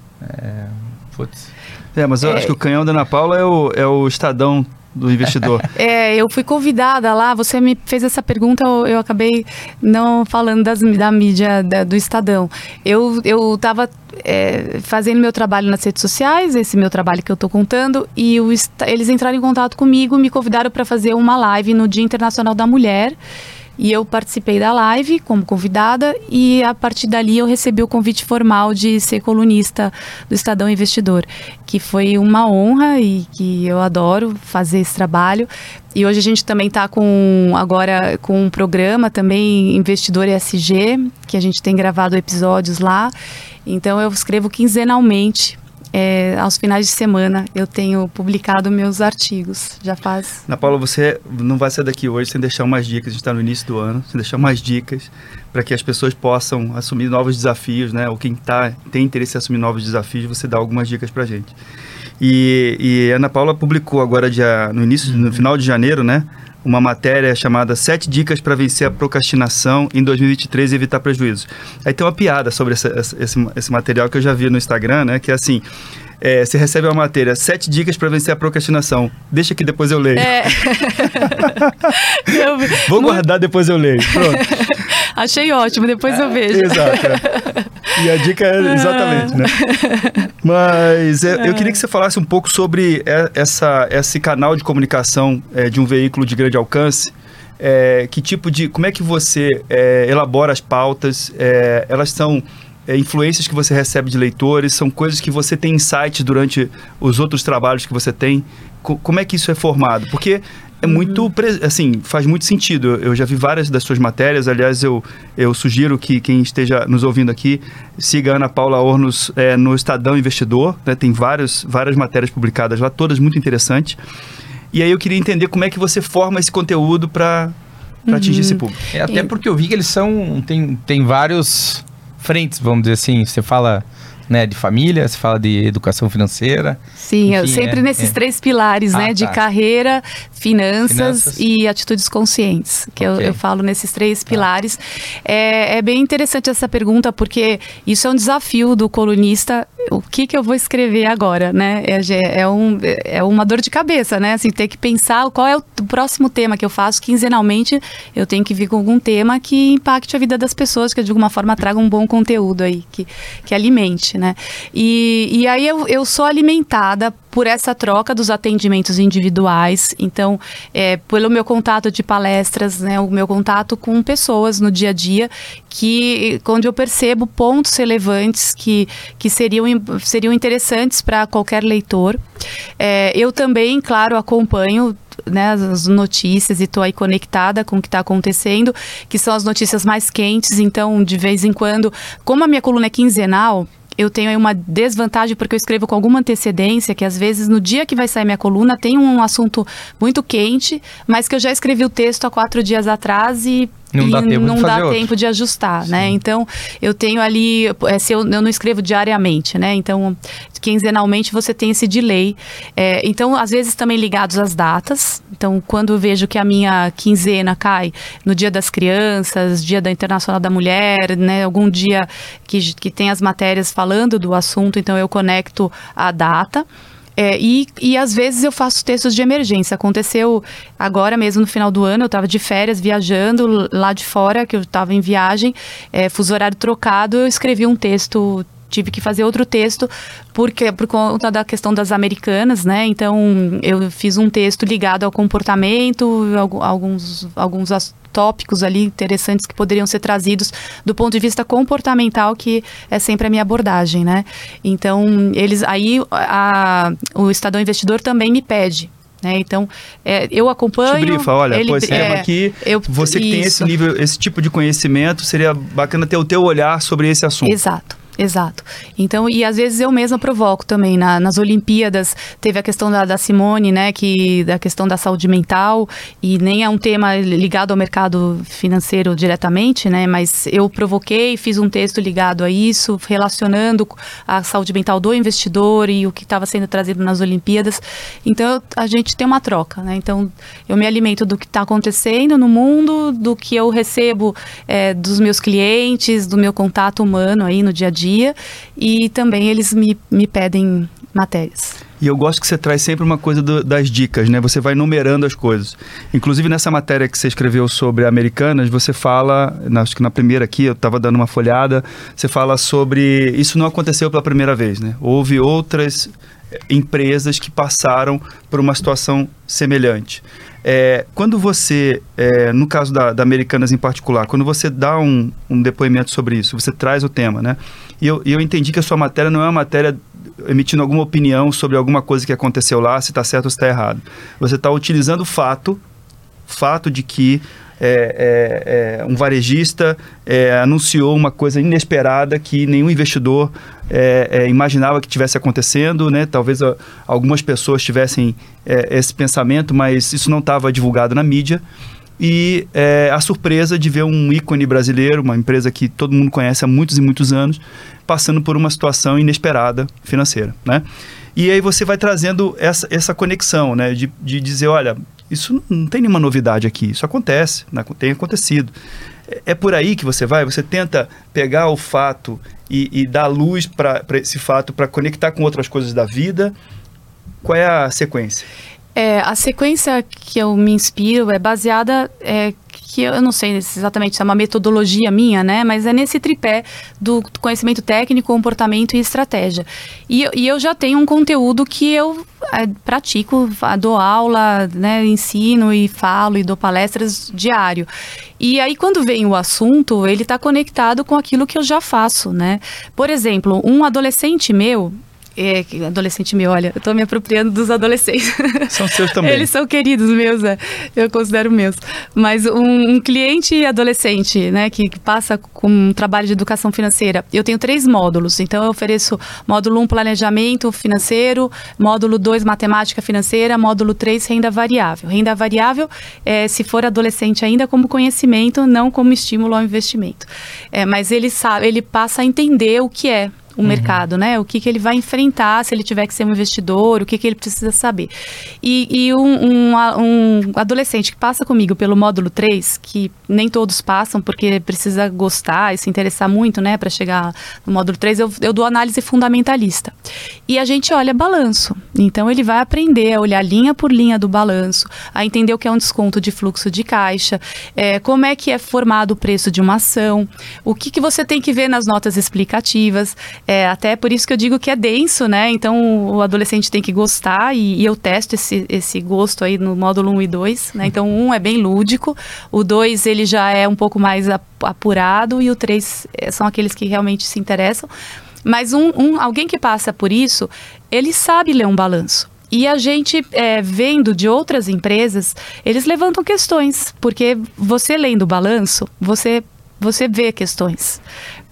Mas eu acho que o canhão da Ana Paula é o Estadão do investidor. Eu fui convidada lá, você me fez essa pergunta, eu acabei não falando da mídia do Estadão. Eu estava fazendo meu trabalho nas redes sociais, esse meu trabalho que eu estou contando, e eles entraram em contato comigo, me convidaram para fazer uma live no Dia Internacional da Mulher. E eu participei da live como convidada, e a partir dali eu recebi o convite formal de ser colunista do Estadão Investidor, que foi uma honra e que eu adoro fazer esse trabalho. E hoje a gente também está com um programa também, Investidor ESG, que a gente tem gravado episódios lá. Então eu escrevo quinzenalmente. Aos finais de semana eu tenho publicado meus artigos, já faz... Ana Paula, você não vai sair daqui hoje sem deixar umas dicas, a gente está no início do ano, sem deixar umas dicas para que as pessoas possam assumir novos desafios, né? Ou quem tem interesse em assumir novos desafios, você dá algumas dicas para a gente. E a Ana Paula publicou agora no final de janeiro, né? uma matéria chamada 7 dicas para vencer a procrastinação em 2023 e evitar prejuízos. Aí tem uma piada sobre esse material que eu já vi no Instagram, né? Que é assim... você recebe uma matéria, 7 dicas para vencer a procrastinação. Deixa que depois eu leio. Vou guardar, depois eu leio. Pronto. Achei ótimo, depois eu vejo. Exato. E a dica é exatamente, né? Mas eu queria que você falasse um pouco sobre esse canal de comunicação de um veículo de grande alcance. Como é que você elabora as pautas? Elas são... influências que você recebe de leitores, são coisas que você tem insights durante os outros trabalhos que você tem. Como é que isso é formado? Porque é muito, assim, faz muito sentido. Eu já vi várias das suas matérias, aliás, eu sugiro que quem esteja nos ouvindo aqui siga a Ana Paula Ornos no Estadão Investidor, né? Tem várias matérias publicadas lá, todas muito interessantes. E aí eu queria entender como é que você forma esse conteúdo para atingir esse público. Até porque eu vi que eles tem vários... frentes, vamos dizer assim, você fala, né, de família, você fala de educação financeira. Sim, enfim, sempre nesses 3 pilares, né, de carreira, finanças e atitudes conscientes, que eu falo nesses 3 pilares. É bem interessante essa pergunta, porque isso é um desafio do colunista, o que eu vou escrever agora, né? É uma dor de cabeça, né? Assim, ter que pensar qual é o próximo tema que eu faço. Quinzenalmente, eu tenho que vir com algum tema que impacte a vida das pessoas, que de alguma forma traga um bom conteúdo aí, que alimente, né? E aí eu sou alimentada por essa troca dos atendimentos individuais. Então, pelo meu contato de palestras, né, o meu contato com pessoas no dia a dia, onde eu percebo pontos relevantes que seriam interessantes para qualquer leitor. Eu também, claro, acompanho, né, as notícias e estou aí conectada com o que está acontecendo, que são as notícias mais quentes. Então, de vez em quando, como a minha coluna é quinzenal, eu tenho aí uma desvantagem porque eu escrevo com alguma antecedência, que às vezes no dia que vai sair minha coluna tem um assunto muito quente, mas que eu já escrevi o texto há 4 dias atrás e não dá tempo de ajustar, né? Então, eu tenho ali, eu não escrevo diariamente, né? Então, quinzenalmente você tem esse delay. Então, às vezes também ligados às datas. Então, quando eu vejo que a minha quinzena cai no Dia das Crianças, Dia da Internacional da Mulher, né? Algum dia que tem as matérias falando do assunto, então eu conecto a data. E às vezes eu faço textos de emergência. Aconteceu agora mesmo no final do ano, eu estava de férias, viajando lá de fora, que eu estava em viagem, fuso horário trocado, eu escrevi um texto, tive que fazer outro texto, por conta da questão das americanas, né? Então, eu fiz um texto ligado ao comportamento, alguns tópicos ali interessantes que poderiam ser trazidos do ponto de vista comportamental, que é sempre a minha abordagem, né? Então, o Estadão Investidor também me pede. Então, eu acompanho... Te brifa, olha, esse tema aqui, você que tem esse nível, esse tipo de conhecimento, seria bacana ter o teu olhar sobre esse assunto. Exato. Então, e às vezes eu mesma provoco também. Nas Olimpíadas, teve a questão da Simone, né, da questão da saúde mental, e nem é um tema ligado ao mercado financeiro diretamente, né, mas eu provoquei, fiz um texto ligado a isso, relacionando a saúde mental do investidor e o que estava sendo trazido nas Olimpíadas. Então, a gente tem uma troca, né, então eu me alimento do que está acontecendo no mundo, do que eu recebo dos meus clientes, do meu contato humano aí no dia a dia, e também eles me pedem matérias. E eu gosto que você traz sempre uma coisa das dicas, né? Você vai numerando as coisas. Inclusive, nessa matéria que você escreveu sobre Americanas, você fala, acho que na primeira aqui, eu estava dando uma folhada, você fala sobre... Isso não aconteceu pela primeira vez, né? Houve outras empresas que passaram por uma situação semelhante. Quando você, no caso da Americanas em particular, quando você dá um depoimento sobre isso, você traz o tema, né? E eu entendi que a sua matéria não é uma matéria emitindo alguma opinião sobre alguma coisa que aconteceu lá, se está certo ou se está errado. Você está utilizando o fato de que um varejista anunciou uma coisa inesperada que nenhum investidor imaginava que estivesse acontecendo, né? Talvez algumas pessoas tivessem esse pensamento, mas isso não estava divulgado na mídia. E a surpresa de ver um ícone brasileiro, uma empresa que todo mundo conhece há muitos e muitos anos, passando por uma situação inesperada financeira, né? E aí você vai trazendo essa conexão, né? De dizer, olha, Isso não tem nenhuma novidade aqui, isso acontece, tem acontecido. É por aí que você vai, você tenta pegar o fato e dar luz para esse fato, para conectar com outras coisas da vida. Qual é a sequência? A sequência que eu me inspiro é baseada, que eu não sei exatamente se é uma metodologia minha, né? Mas é nesse tripé do conhecimento técnico, comportamento e estratégia. E eu já tenho um conteúdo que eu pratico, dou aula, né? Ensino e falo e dou palestras diário. E aí quando vem o assunto, ele está conectado com aquilo que eu já faço, né? Por exemplo, um adolescente meu... olha, eu tô me apropriando dos adolescentes. São seus também. Eles são queridos meus, eu considero meus. Mas um cliente adolescente, né, que passa com um trabalho de educação financeira, eu tenho 3 módulos. Então, eu ofereço módulo 1, planejamento financeiro, módulo 2, matemática financeira, módulo 3, renda variável. Renda variável, se for adolescente ainda, como conhecimento, não como estímulo ao investimento. Mas ele passa a entender o que é o mercado, né? O que ele vai enfrentar se ele tiver que ser um investidor, o que ele precisa saber. E um adolescente que passa comigo pelo módulo 3, que nem todos passam porque precisa gostar e se interessar muito, né? Para chegar no módulo 3, eu dou análise fundamentalista. E a gente olha balanço. Então, ele vai aprender a olhar linha por linha do balanço, a entender o que é um desconto de fluxo de caixa, como é que é formado o preço de uma ação, o que você tem que ver nas notas explicativas. Até por isso que eu digo que é denso, né? Então, o adolescente tem que gostar e eu testo esse gosto aí no módulo 1 e 2, né? Então, o 1 é bem lúdico, o 2 ele já é um pouco mais apurado e o 3 são aqueles que realmente se interessam. Mas alguém que passa por isso, ele sabe ler um balanço. E a gente, vendo de outras empresas, eles levantam questões, porque você lendo o balanço, você vê questões.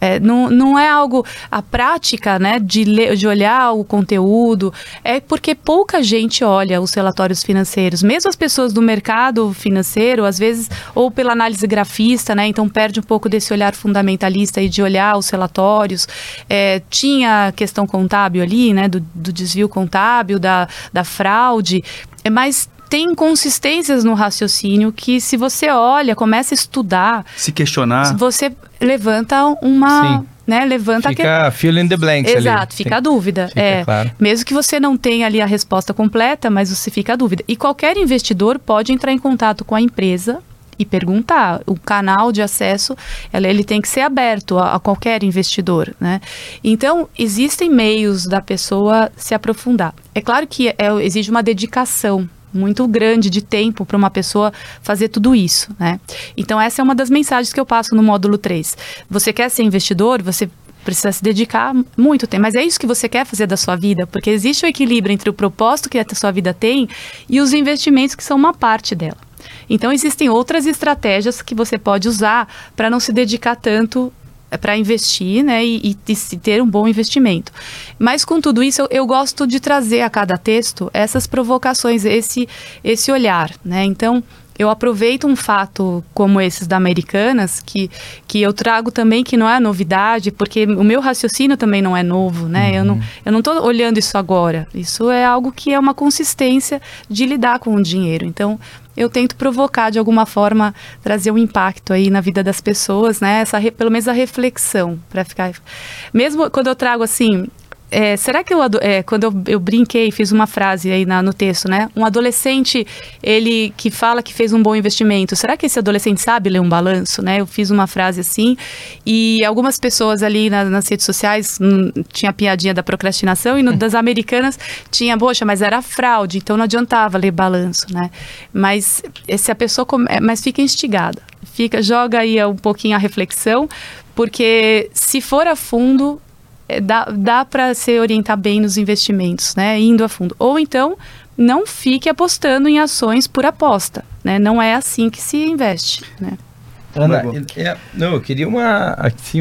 Não é algo... A prática, né, de olhar o conteúdo, é porque pouca gente olha os relatórios financeiros. Mesmo as pessoas do mercado financeiro, às vezes, ou pela análise grafista, né, então perde um pouco desse olhar fundamentalista e de olhar os relatórios. Tinha questão contábil ali, né, do desvio contábil, da fraude, mas... Tem inconsistências no raciocínio que, se você olha, começa a estudar... Se questionar... Você levanta uma... Sim. Né, fica fill in the blanks. Exato, fica a dúvida. Claro. Mesmo que você não tenha ali a resposta completa, mas você fica a dúvida. E qualquer investidor pode entrar em contato com a empresa e perguntar. O canal de acesso, ele tem que ser aberto a qualquer investidor, né? Então, existem meios da pessoa se aprofundar. É claro que exige uma dedicação muito grande de tempo para uma pessoa fazer tudo isso, né? Então, essa é uma das mensagens que eu passo no módulo 3. Você quer ser investidor, você precisa se dedicar muito tempo. Mas é isso que você quer fazer da sua vida? Porque existe o equilíbrio entre o propósito que a sua vida tem e os investimentos que são uma parte dela. Então, existem outras estratégias que você pode usar para não se dedicar tanto para investir, né, e ter um bom investimento. Mas com tudo isso, eu gosto de trazer a cada texto essas provocações, esse olhar, né? Então, eu aproveito um fato como esses da Americanas, que eu trago também, que não é novidade, porque o meu raciocínio também não é novo, né? Eu não estou olhando isso agora. Isso é algo que é uma consistência de lidar com o dinheiro. Então, eu tento provocar, de alguma forma, trazer um impacto aí na vida das pessoas, né? Pelo menos a reflexão, para ficar... Mesmo quando eu trago assim... será que quando eu brinquei, fiz uma frase aí no texto, né? Um adolescente, ele que fala que fez um bom investimento, será que esse adolescente sabe ler um balanço, né? Eu fiz uma frase assim, e algumas pessoas ali nas redes sociais, tinha a piadinha da procrastinação, e das Americanas tinha, poxa, mas era fraude, então não adiantava ler balanço, né? Mas se a pessoa... Mas fica instigada, joga aí um pouquinho a reflexão, porque se for a fundo... Dá para se orientar bem nos investimentos, né? Indo a fundo. Ou então, não fique apostando em ações por aposta, né? Não é assim que se investe, né? Ana, eu queria uma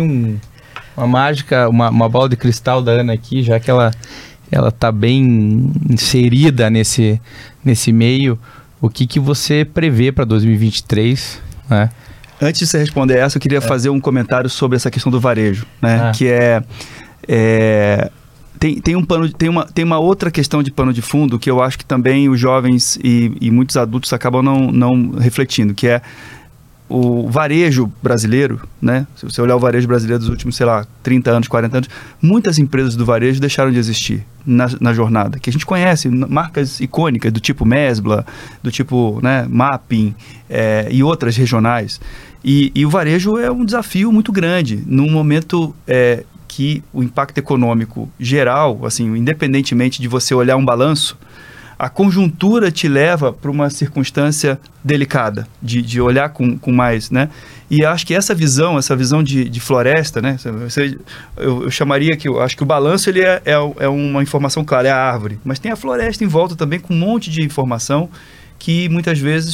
mágica, uma bola de cristal da Ana aqui, já que ela está bem inserida nesse meio. O que você prevê para 2023, né? Antes de você responder essa, eu queria fazer um comentário sobre essa questão do varejo, né? Que Tem uma outra questão de pano de fundo que eu acho que também os jovens e muitos adultos acabam não refletindo, que é o varejo brasileiro, né? Se você olhar o varejo brasileiro dos últimos, 30 anos, 40 anos, muitas empresas do varejo deixaram de existir na jornada, que a gente conhece, marcas icônicas do tipo Mesbla, do tipo, né, Mapping e outras regionais. E o varejo é um desafio muito grande, num momento que o impacto econômico geral, assim, independentemente de você olhar um balanço, a conjuntura te leva para uma circunstância delicada, de olhar com mais, né? E acho que essa visão de floresta, né? Eu chamaria que, eu acho que o balanço ele é uma informação clara, é a árvore, mas tem a floresta em volta também com um monte de informação que muitas vezes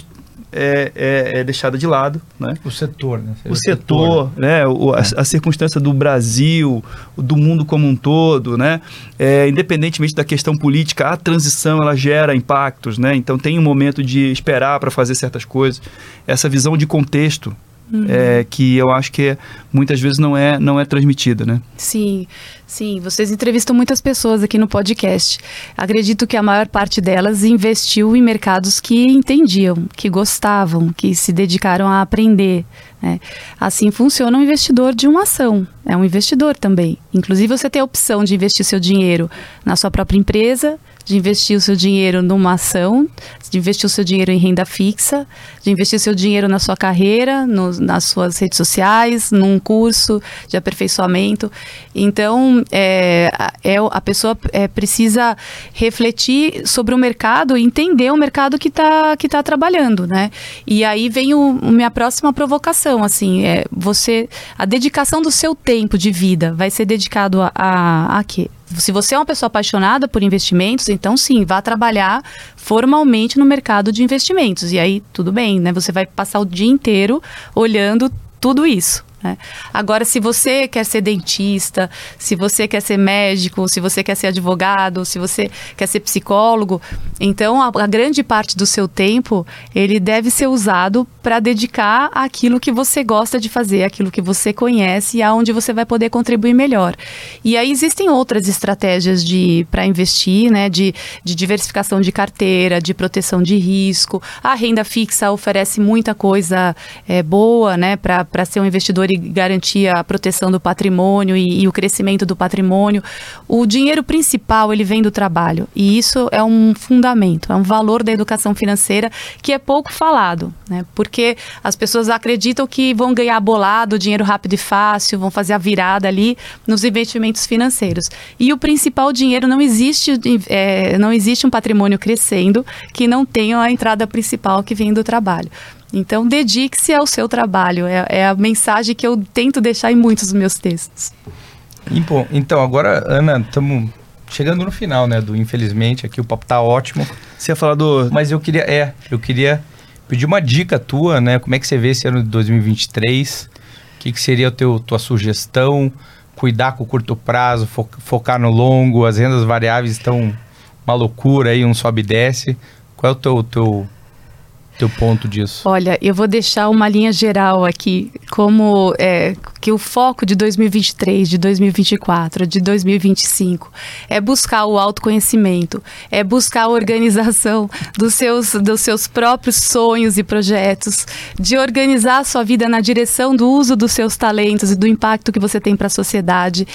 é deixada de lado, né? O setor, né? O setor, né? A circunstância do Brasil, do mundo como um todo, né? Independentemente da questão política, a transição ela gera impactos, né? Então tem um momento de esperar para fazer certas coisas. Essa visão de contexto que eu acho que muitas vezes não é transmitida, né? Sim, vocês entrevistam muitas pessoas aqui no podcast. Acredito que a maior parte delas investiu em mercados que entendiam, que gostavam, que se dedicaram a aprender, né? Assim funciona um investidor de uma ação, é um investidor também. Inclusive você tem a opção de investir seu dinheiro na sua própria empresa, de investir o seu dinheiro numa ação, de investir o seu dinheiro em renda fixa, de investir o seu dinheiro na sua carreira, nas suas redes sociais, num curso de aperfeiçoamento. Então, a pessoa precisa refletir sobre o mercado e entender o mercado que tá trabalhando, né? E aí vem minha próxima provocação, assim, a dedicação do seu tempo de vida vai ser dedicado a quê? Se você é uma pessoa apaixonada por investimentos, então sim, vá trabalhar formalmente no mercado de investimentos. E aí, tudo bem, né? Você vai passar o dia inteiro olhando tudo isso, né? Agora, se você quer ser dentista, se você quer ser médico, se você quer ser advogado, se você quer ser psicólogo, então a grande parte do seu tempo, ele deve ser usado para dedicar àquilo que você gosta de fazer, àquilo que você conhece e aonde você vai poder contribuir melhor. E aí existem outras estratégias para investir, né, de diversificação de carteira, de proteção de risco. A renda fixa oferece muita coisa boa, né, para ser um investidor e garantir a proteção do patrimônio e o crescimento do patrimônio. O dinheiro principal, ele vem do trabalho. E isso é um fundamento, é um valor da educação financeira que é pouco falado, né? Porque as pessoas acreditam que vão ganhar bolado, dinheiro rápido e fácil, vão fazer a virada ali nos investimentos financeiros. E o principal dinheiro, não existe um patrimônio crescendo que não tenha a entrada principal que vem do trabalho. Então, dedique-se ao seu trabalho. É a mensagem que eu tento deixar em muitos dos meus textos. Então, agora, Ana, estamos chegando no final, né? Infelizmente, aqui o papo tá ótimo. Você ia falar Mas eu queria pedir uma dica tua, né? Como é que você vê esse ano de 2023? O que seria tua sugestão? Cuidar com o curto prazo, focar no longo, as rendas variáveis estão uma loucura aí, um sobe e desce. Qual é o teu ponto disso? Olha, eu vou deixar uma linha geral aqui, como que o foco de 2023, de 2024, de 2025 é buscar o autoconhecimento, é buscar a organização dos seus próprios sonhos e projetos, de organizar a sua vida na direção do uso dos seus talentos e do impacto que você tem para a sociedade.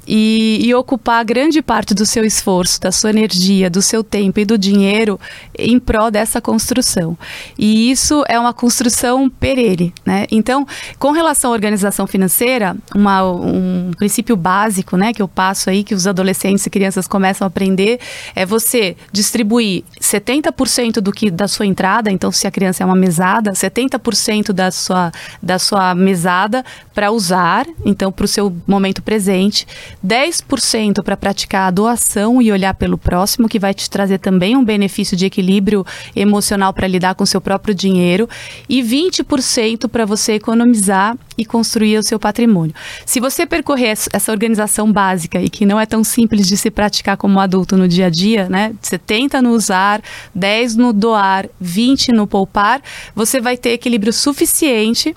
E ocupar grande parte do seu esforço, da sua energia, do seu tempo e do dinheiro em prol dessa construção. E isso é uma construção perene, né? Então, com relação à organização financeira, um princípio básico, né, que eu passo aí, que os adolescentes e crianças começam a aprender, é você distribuir 70% da sua entrada. Então, se a criança é uma mesada, 70% da sua mesada para usar, então, para o seu momento presente, 10% para praticar a doação e olhar pelo próximo, que vai te trazer também um benefício de equilíbrio emocional para lidar com o seu próprio dinheiro, e 20% para você economizar e construir o seu patrimônio. Se você percorrer essa organização básica e que não é tão simples de se praticar como adulto no dia a dia, né? 70 no usar, 10 no doar, 20 no poupar, você vai ter equilíbrio suficiente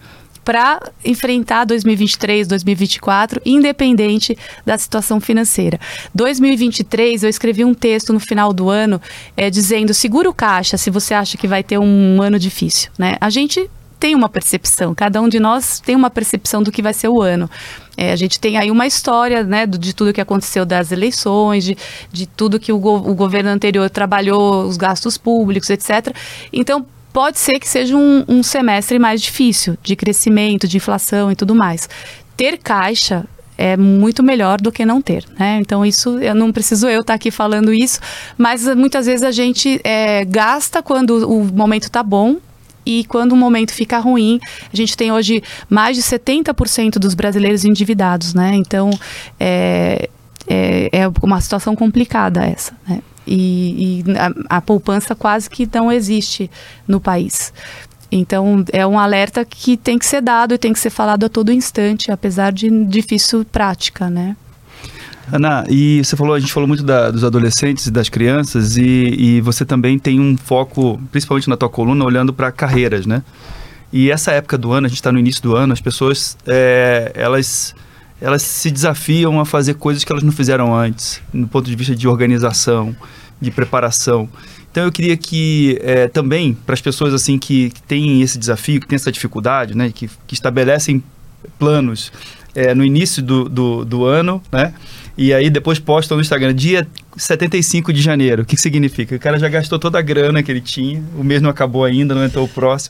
para enfrentar 2023, 2024, independente da situação financeira. 2023, eu escrevi um texto no final do ano dizendo, segura o caixa se você acha que vai ter um ano difícil, né? A gente tem uma percepção, cada um de nós tem uma percepção do que vai ser o ano. A gente tem aí uma história, né, de tudo que aconteceu das eleições, de tudo que o governo anterior trabalhou, os gastos públicos, etc. Então, pode ser que seja um semestre mais difícil, de crescimento, de inflação e tudo mais. Ter caixa é muito melhor do que não ter, né? Então, isso, eu não preciso estar aqui falando isso, mas muitas vezes a gente gasta quando o momento está bom, e quando o momento fica ruim, a gente tem hoje mais de 70% dos brasileiros endividados, né? Então, é uma situação complicada essa, né? E a poupança quase que não existe no país. Então, é um alerta que tem que ser dado e tem que ser falado a todo instante, apesar de difícil prática, né? Ana, e a gente falou muito dos adolescentes e das crianças e você também tem um foco, principalmente na tua coluna, olhando para carreiras, né? E essa época do ano, a gente está no início do ano, as pessoas, elas se desafiam a fazer coisas que elas não fizeram antes, no ponto de vista de organização, de preparação. Então eu queria que também, para as pessoas assim que têm esse desafio, que têm essa dificuldade, né, que estabelecem planos no início do ano, né? E aí depois postam no Instagram, dia 75 de janeiro. O que significa? O cara já gastou toda a grana que ele tinha, o mês não acabou ainda, não entrou o próximo.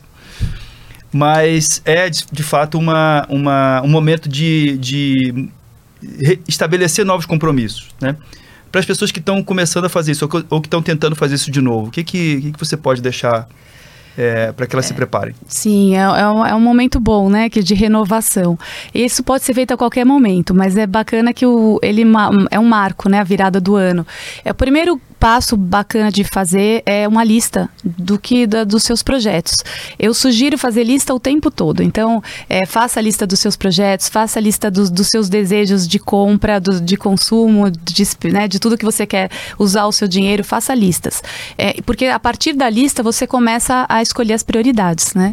Mas de fato um momento de estabelecer novos compromissos, né? Para as pessoas que estão começando a fazer isso ou que estão tentando fazer isso de novo, o que você pode deixar para que elas se preparem? Sim, é um momento bom, né, de renovação. Isso pode ser feito a qualquer momento, mas é bacana que ele é um marco, né, a virada do ano. O primeiro passo bacana de fazer é uma lista dos seus projetos. Eu sugiro fazer lista o tempo todo. Então, faça a lista dos seus projetos, faça a lista dos seus desejos de compra, de consumo, de tudo que você quer usar o seu dinheiro, faça listas. Porque a partir da lista você começa a escolher as prioridades, né?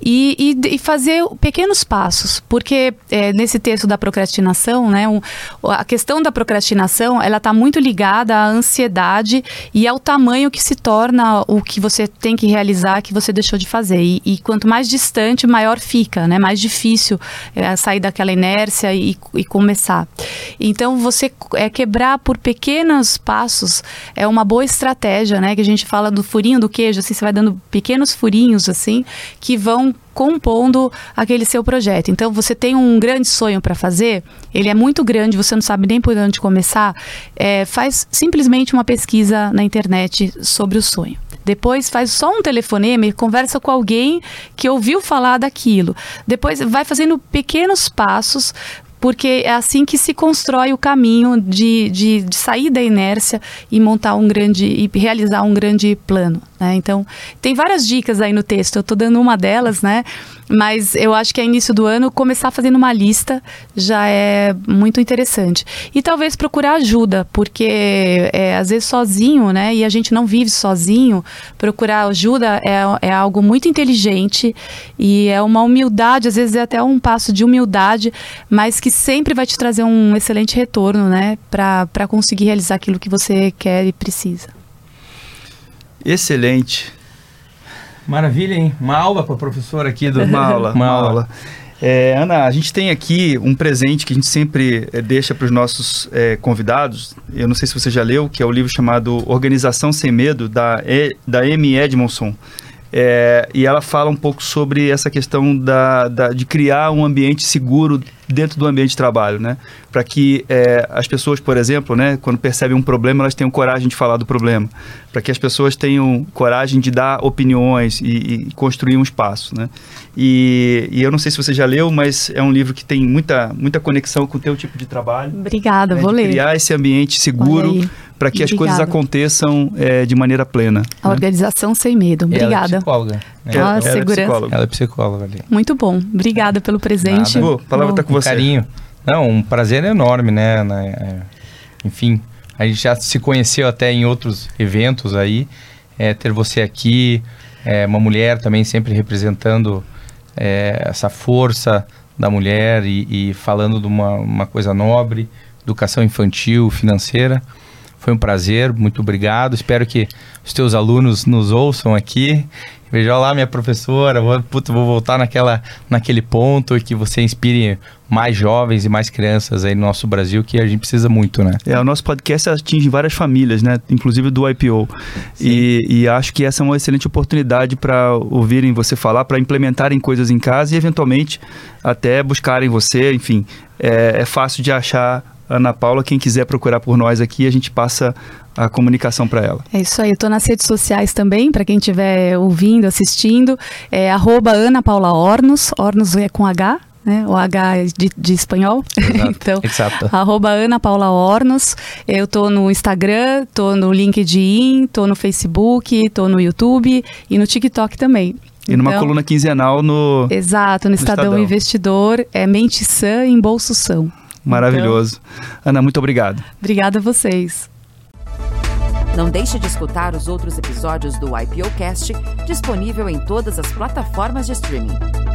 E fazer pequenos passos, porque nesse texto da procrastinação, né, a questão da procrastinação, ela está muito ligada à ansiedade e ao tamanho que se torna o que você tem que realizar, que você deixou de fazer. E quanto mais distante, maior fica, né? Mais difícil sair daquela inércia e começar. Então, você quebrar por pequenos passos é uma boa estratégia, né? Que a gente fala do furinho do queijo, assim, você vai dando pequenos furinhos, assim, que vão compondo aquele seu projeto. Então, você tem um grande sonho para fazer, ele é muito grande, você não sabe nem por onde começar, faz simplesmente uma pesquisa na internet sobre o sonho. Depois faz só um telefonema e conversa com alguém que ouviu falar daquilo. Depois vai fazendo pequenos passos, porque é assim que se constrói o caminho de sair da inércia e realizar um grande plano, né? Então, tem várias dicas aí no texto, eu estou dando uma delas, né? Mas eu acho que a início do ano, começar fazendo uma lista já é muito interessante. E talvez procurar ajuda, porque às vezes sozinho, né? E a gente não vive sozinho, procurar ajuda é algo muito inteligente e é uma humildade, às vezes é até um passo de humildade, mas que sempre vai te trazer um excelente retorno, né? Para conseguir realizar aquilo que você quer e precisa. Excelente. Maravilha, hein? Uma aula para a professora aqui. Uma aula. Ana, a gente tem aqui um presente que a gente sempre deixa para os nossos convidados. Eu não sei se você já leu, que é o livro chamado Organização Sem Medo, da Amy Edmondson. E ela fala um pouco sobre essa questão de criar um ambiente seguro dentro do ambiente de trabalho, né? Para que as pessoas, por exemplo, né, quando percebem um problema, elas tenham coragem de falar do problema. Para que as pessoas tenham coragem de dar opiniões e construir um espaço, né? E eu não sei se você já leu, mas é um livro que tem muita conexão com o teu tipo de trabalho. Obrigada, vou ler. Criar esse ambiente seguro para que as coisas aconteçam de maneira plena. A Organização Sem Medo. Obrigada. Ela é psicóloga. Ela é psicóloga ali. Muito bom. Obrigada pelo presente. A palavra está com você. Carinho. Não, um prazer enorme, né? Enfim, a gente já se conheceu até em outros eventos aí. Ter você aqui, uma mulher também sempre representando essa força da mulher e falando de uma coisa nobre, educação infantil, financeira. Foi um prazer, muito obrigado. Espero que os teus alunos nos ouçam aqui. Veja lá, minha professora, vou voltar naquele ponto e que você inspire mais jovens e mais crianças aí no nosso Brasil, que a gente precisa muito, né? O nosso podcast atinge várias famílias, né? Inclusive do IPO. E acho que essa é uma excelente oportunidade para ouvirem você falar, para implementarem coisas em casa e, eventualmente, até buscarem você. Enfim, é fácil de achar Ana Paula. Quem quiser procurar por nós aqui, a gente passa a comunicação para ela. É isso aí, eu estou nas redes sociais também, para quem estiver ouvindo, assistindo, @AnaPaulaOrnos, Ornos é com H, né? O H é de espanhol. Então, @AnaPaulaOrnos. Eu estou no Instagram, estou no LinkedIn, estou no Facebook, estou no YouTube e no TikTok também. E numa coluna quinzenal no... Exato, no Estadão Investidor, Mente Sã em Bolso São. Maravilhoso. Ana, muito obrigado. Obrigada a vocês. Não deixe de escutar os outros episódios do IPOcast, disponível em todas as plataformas de streaming.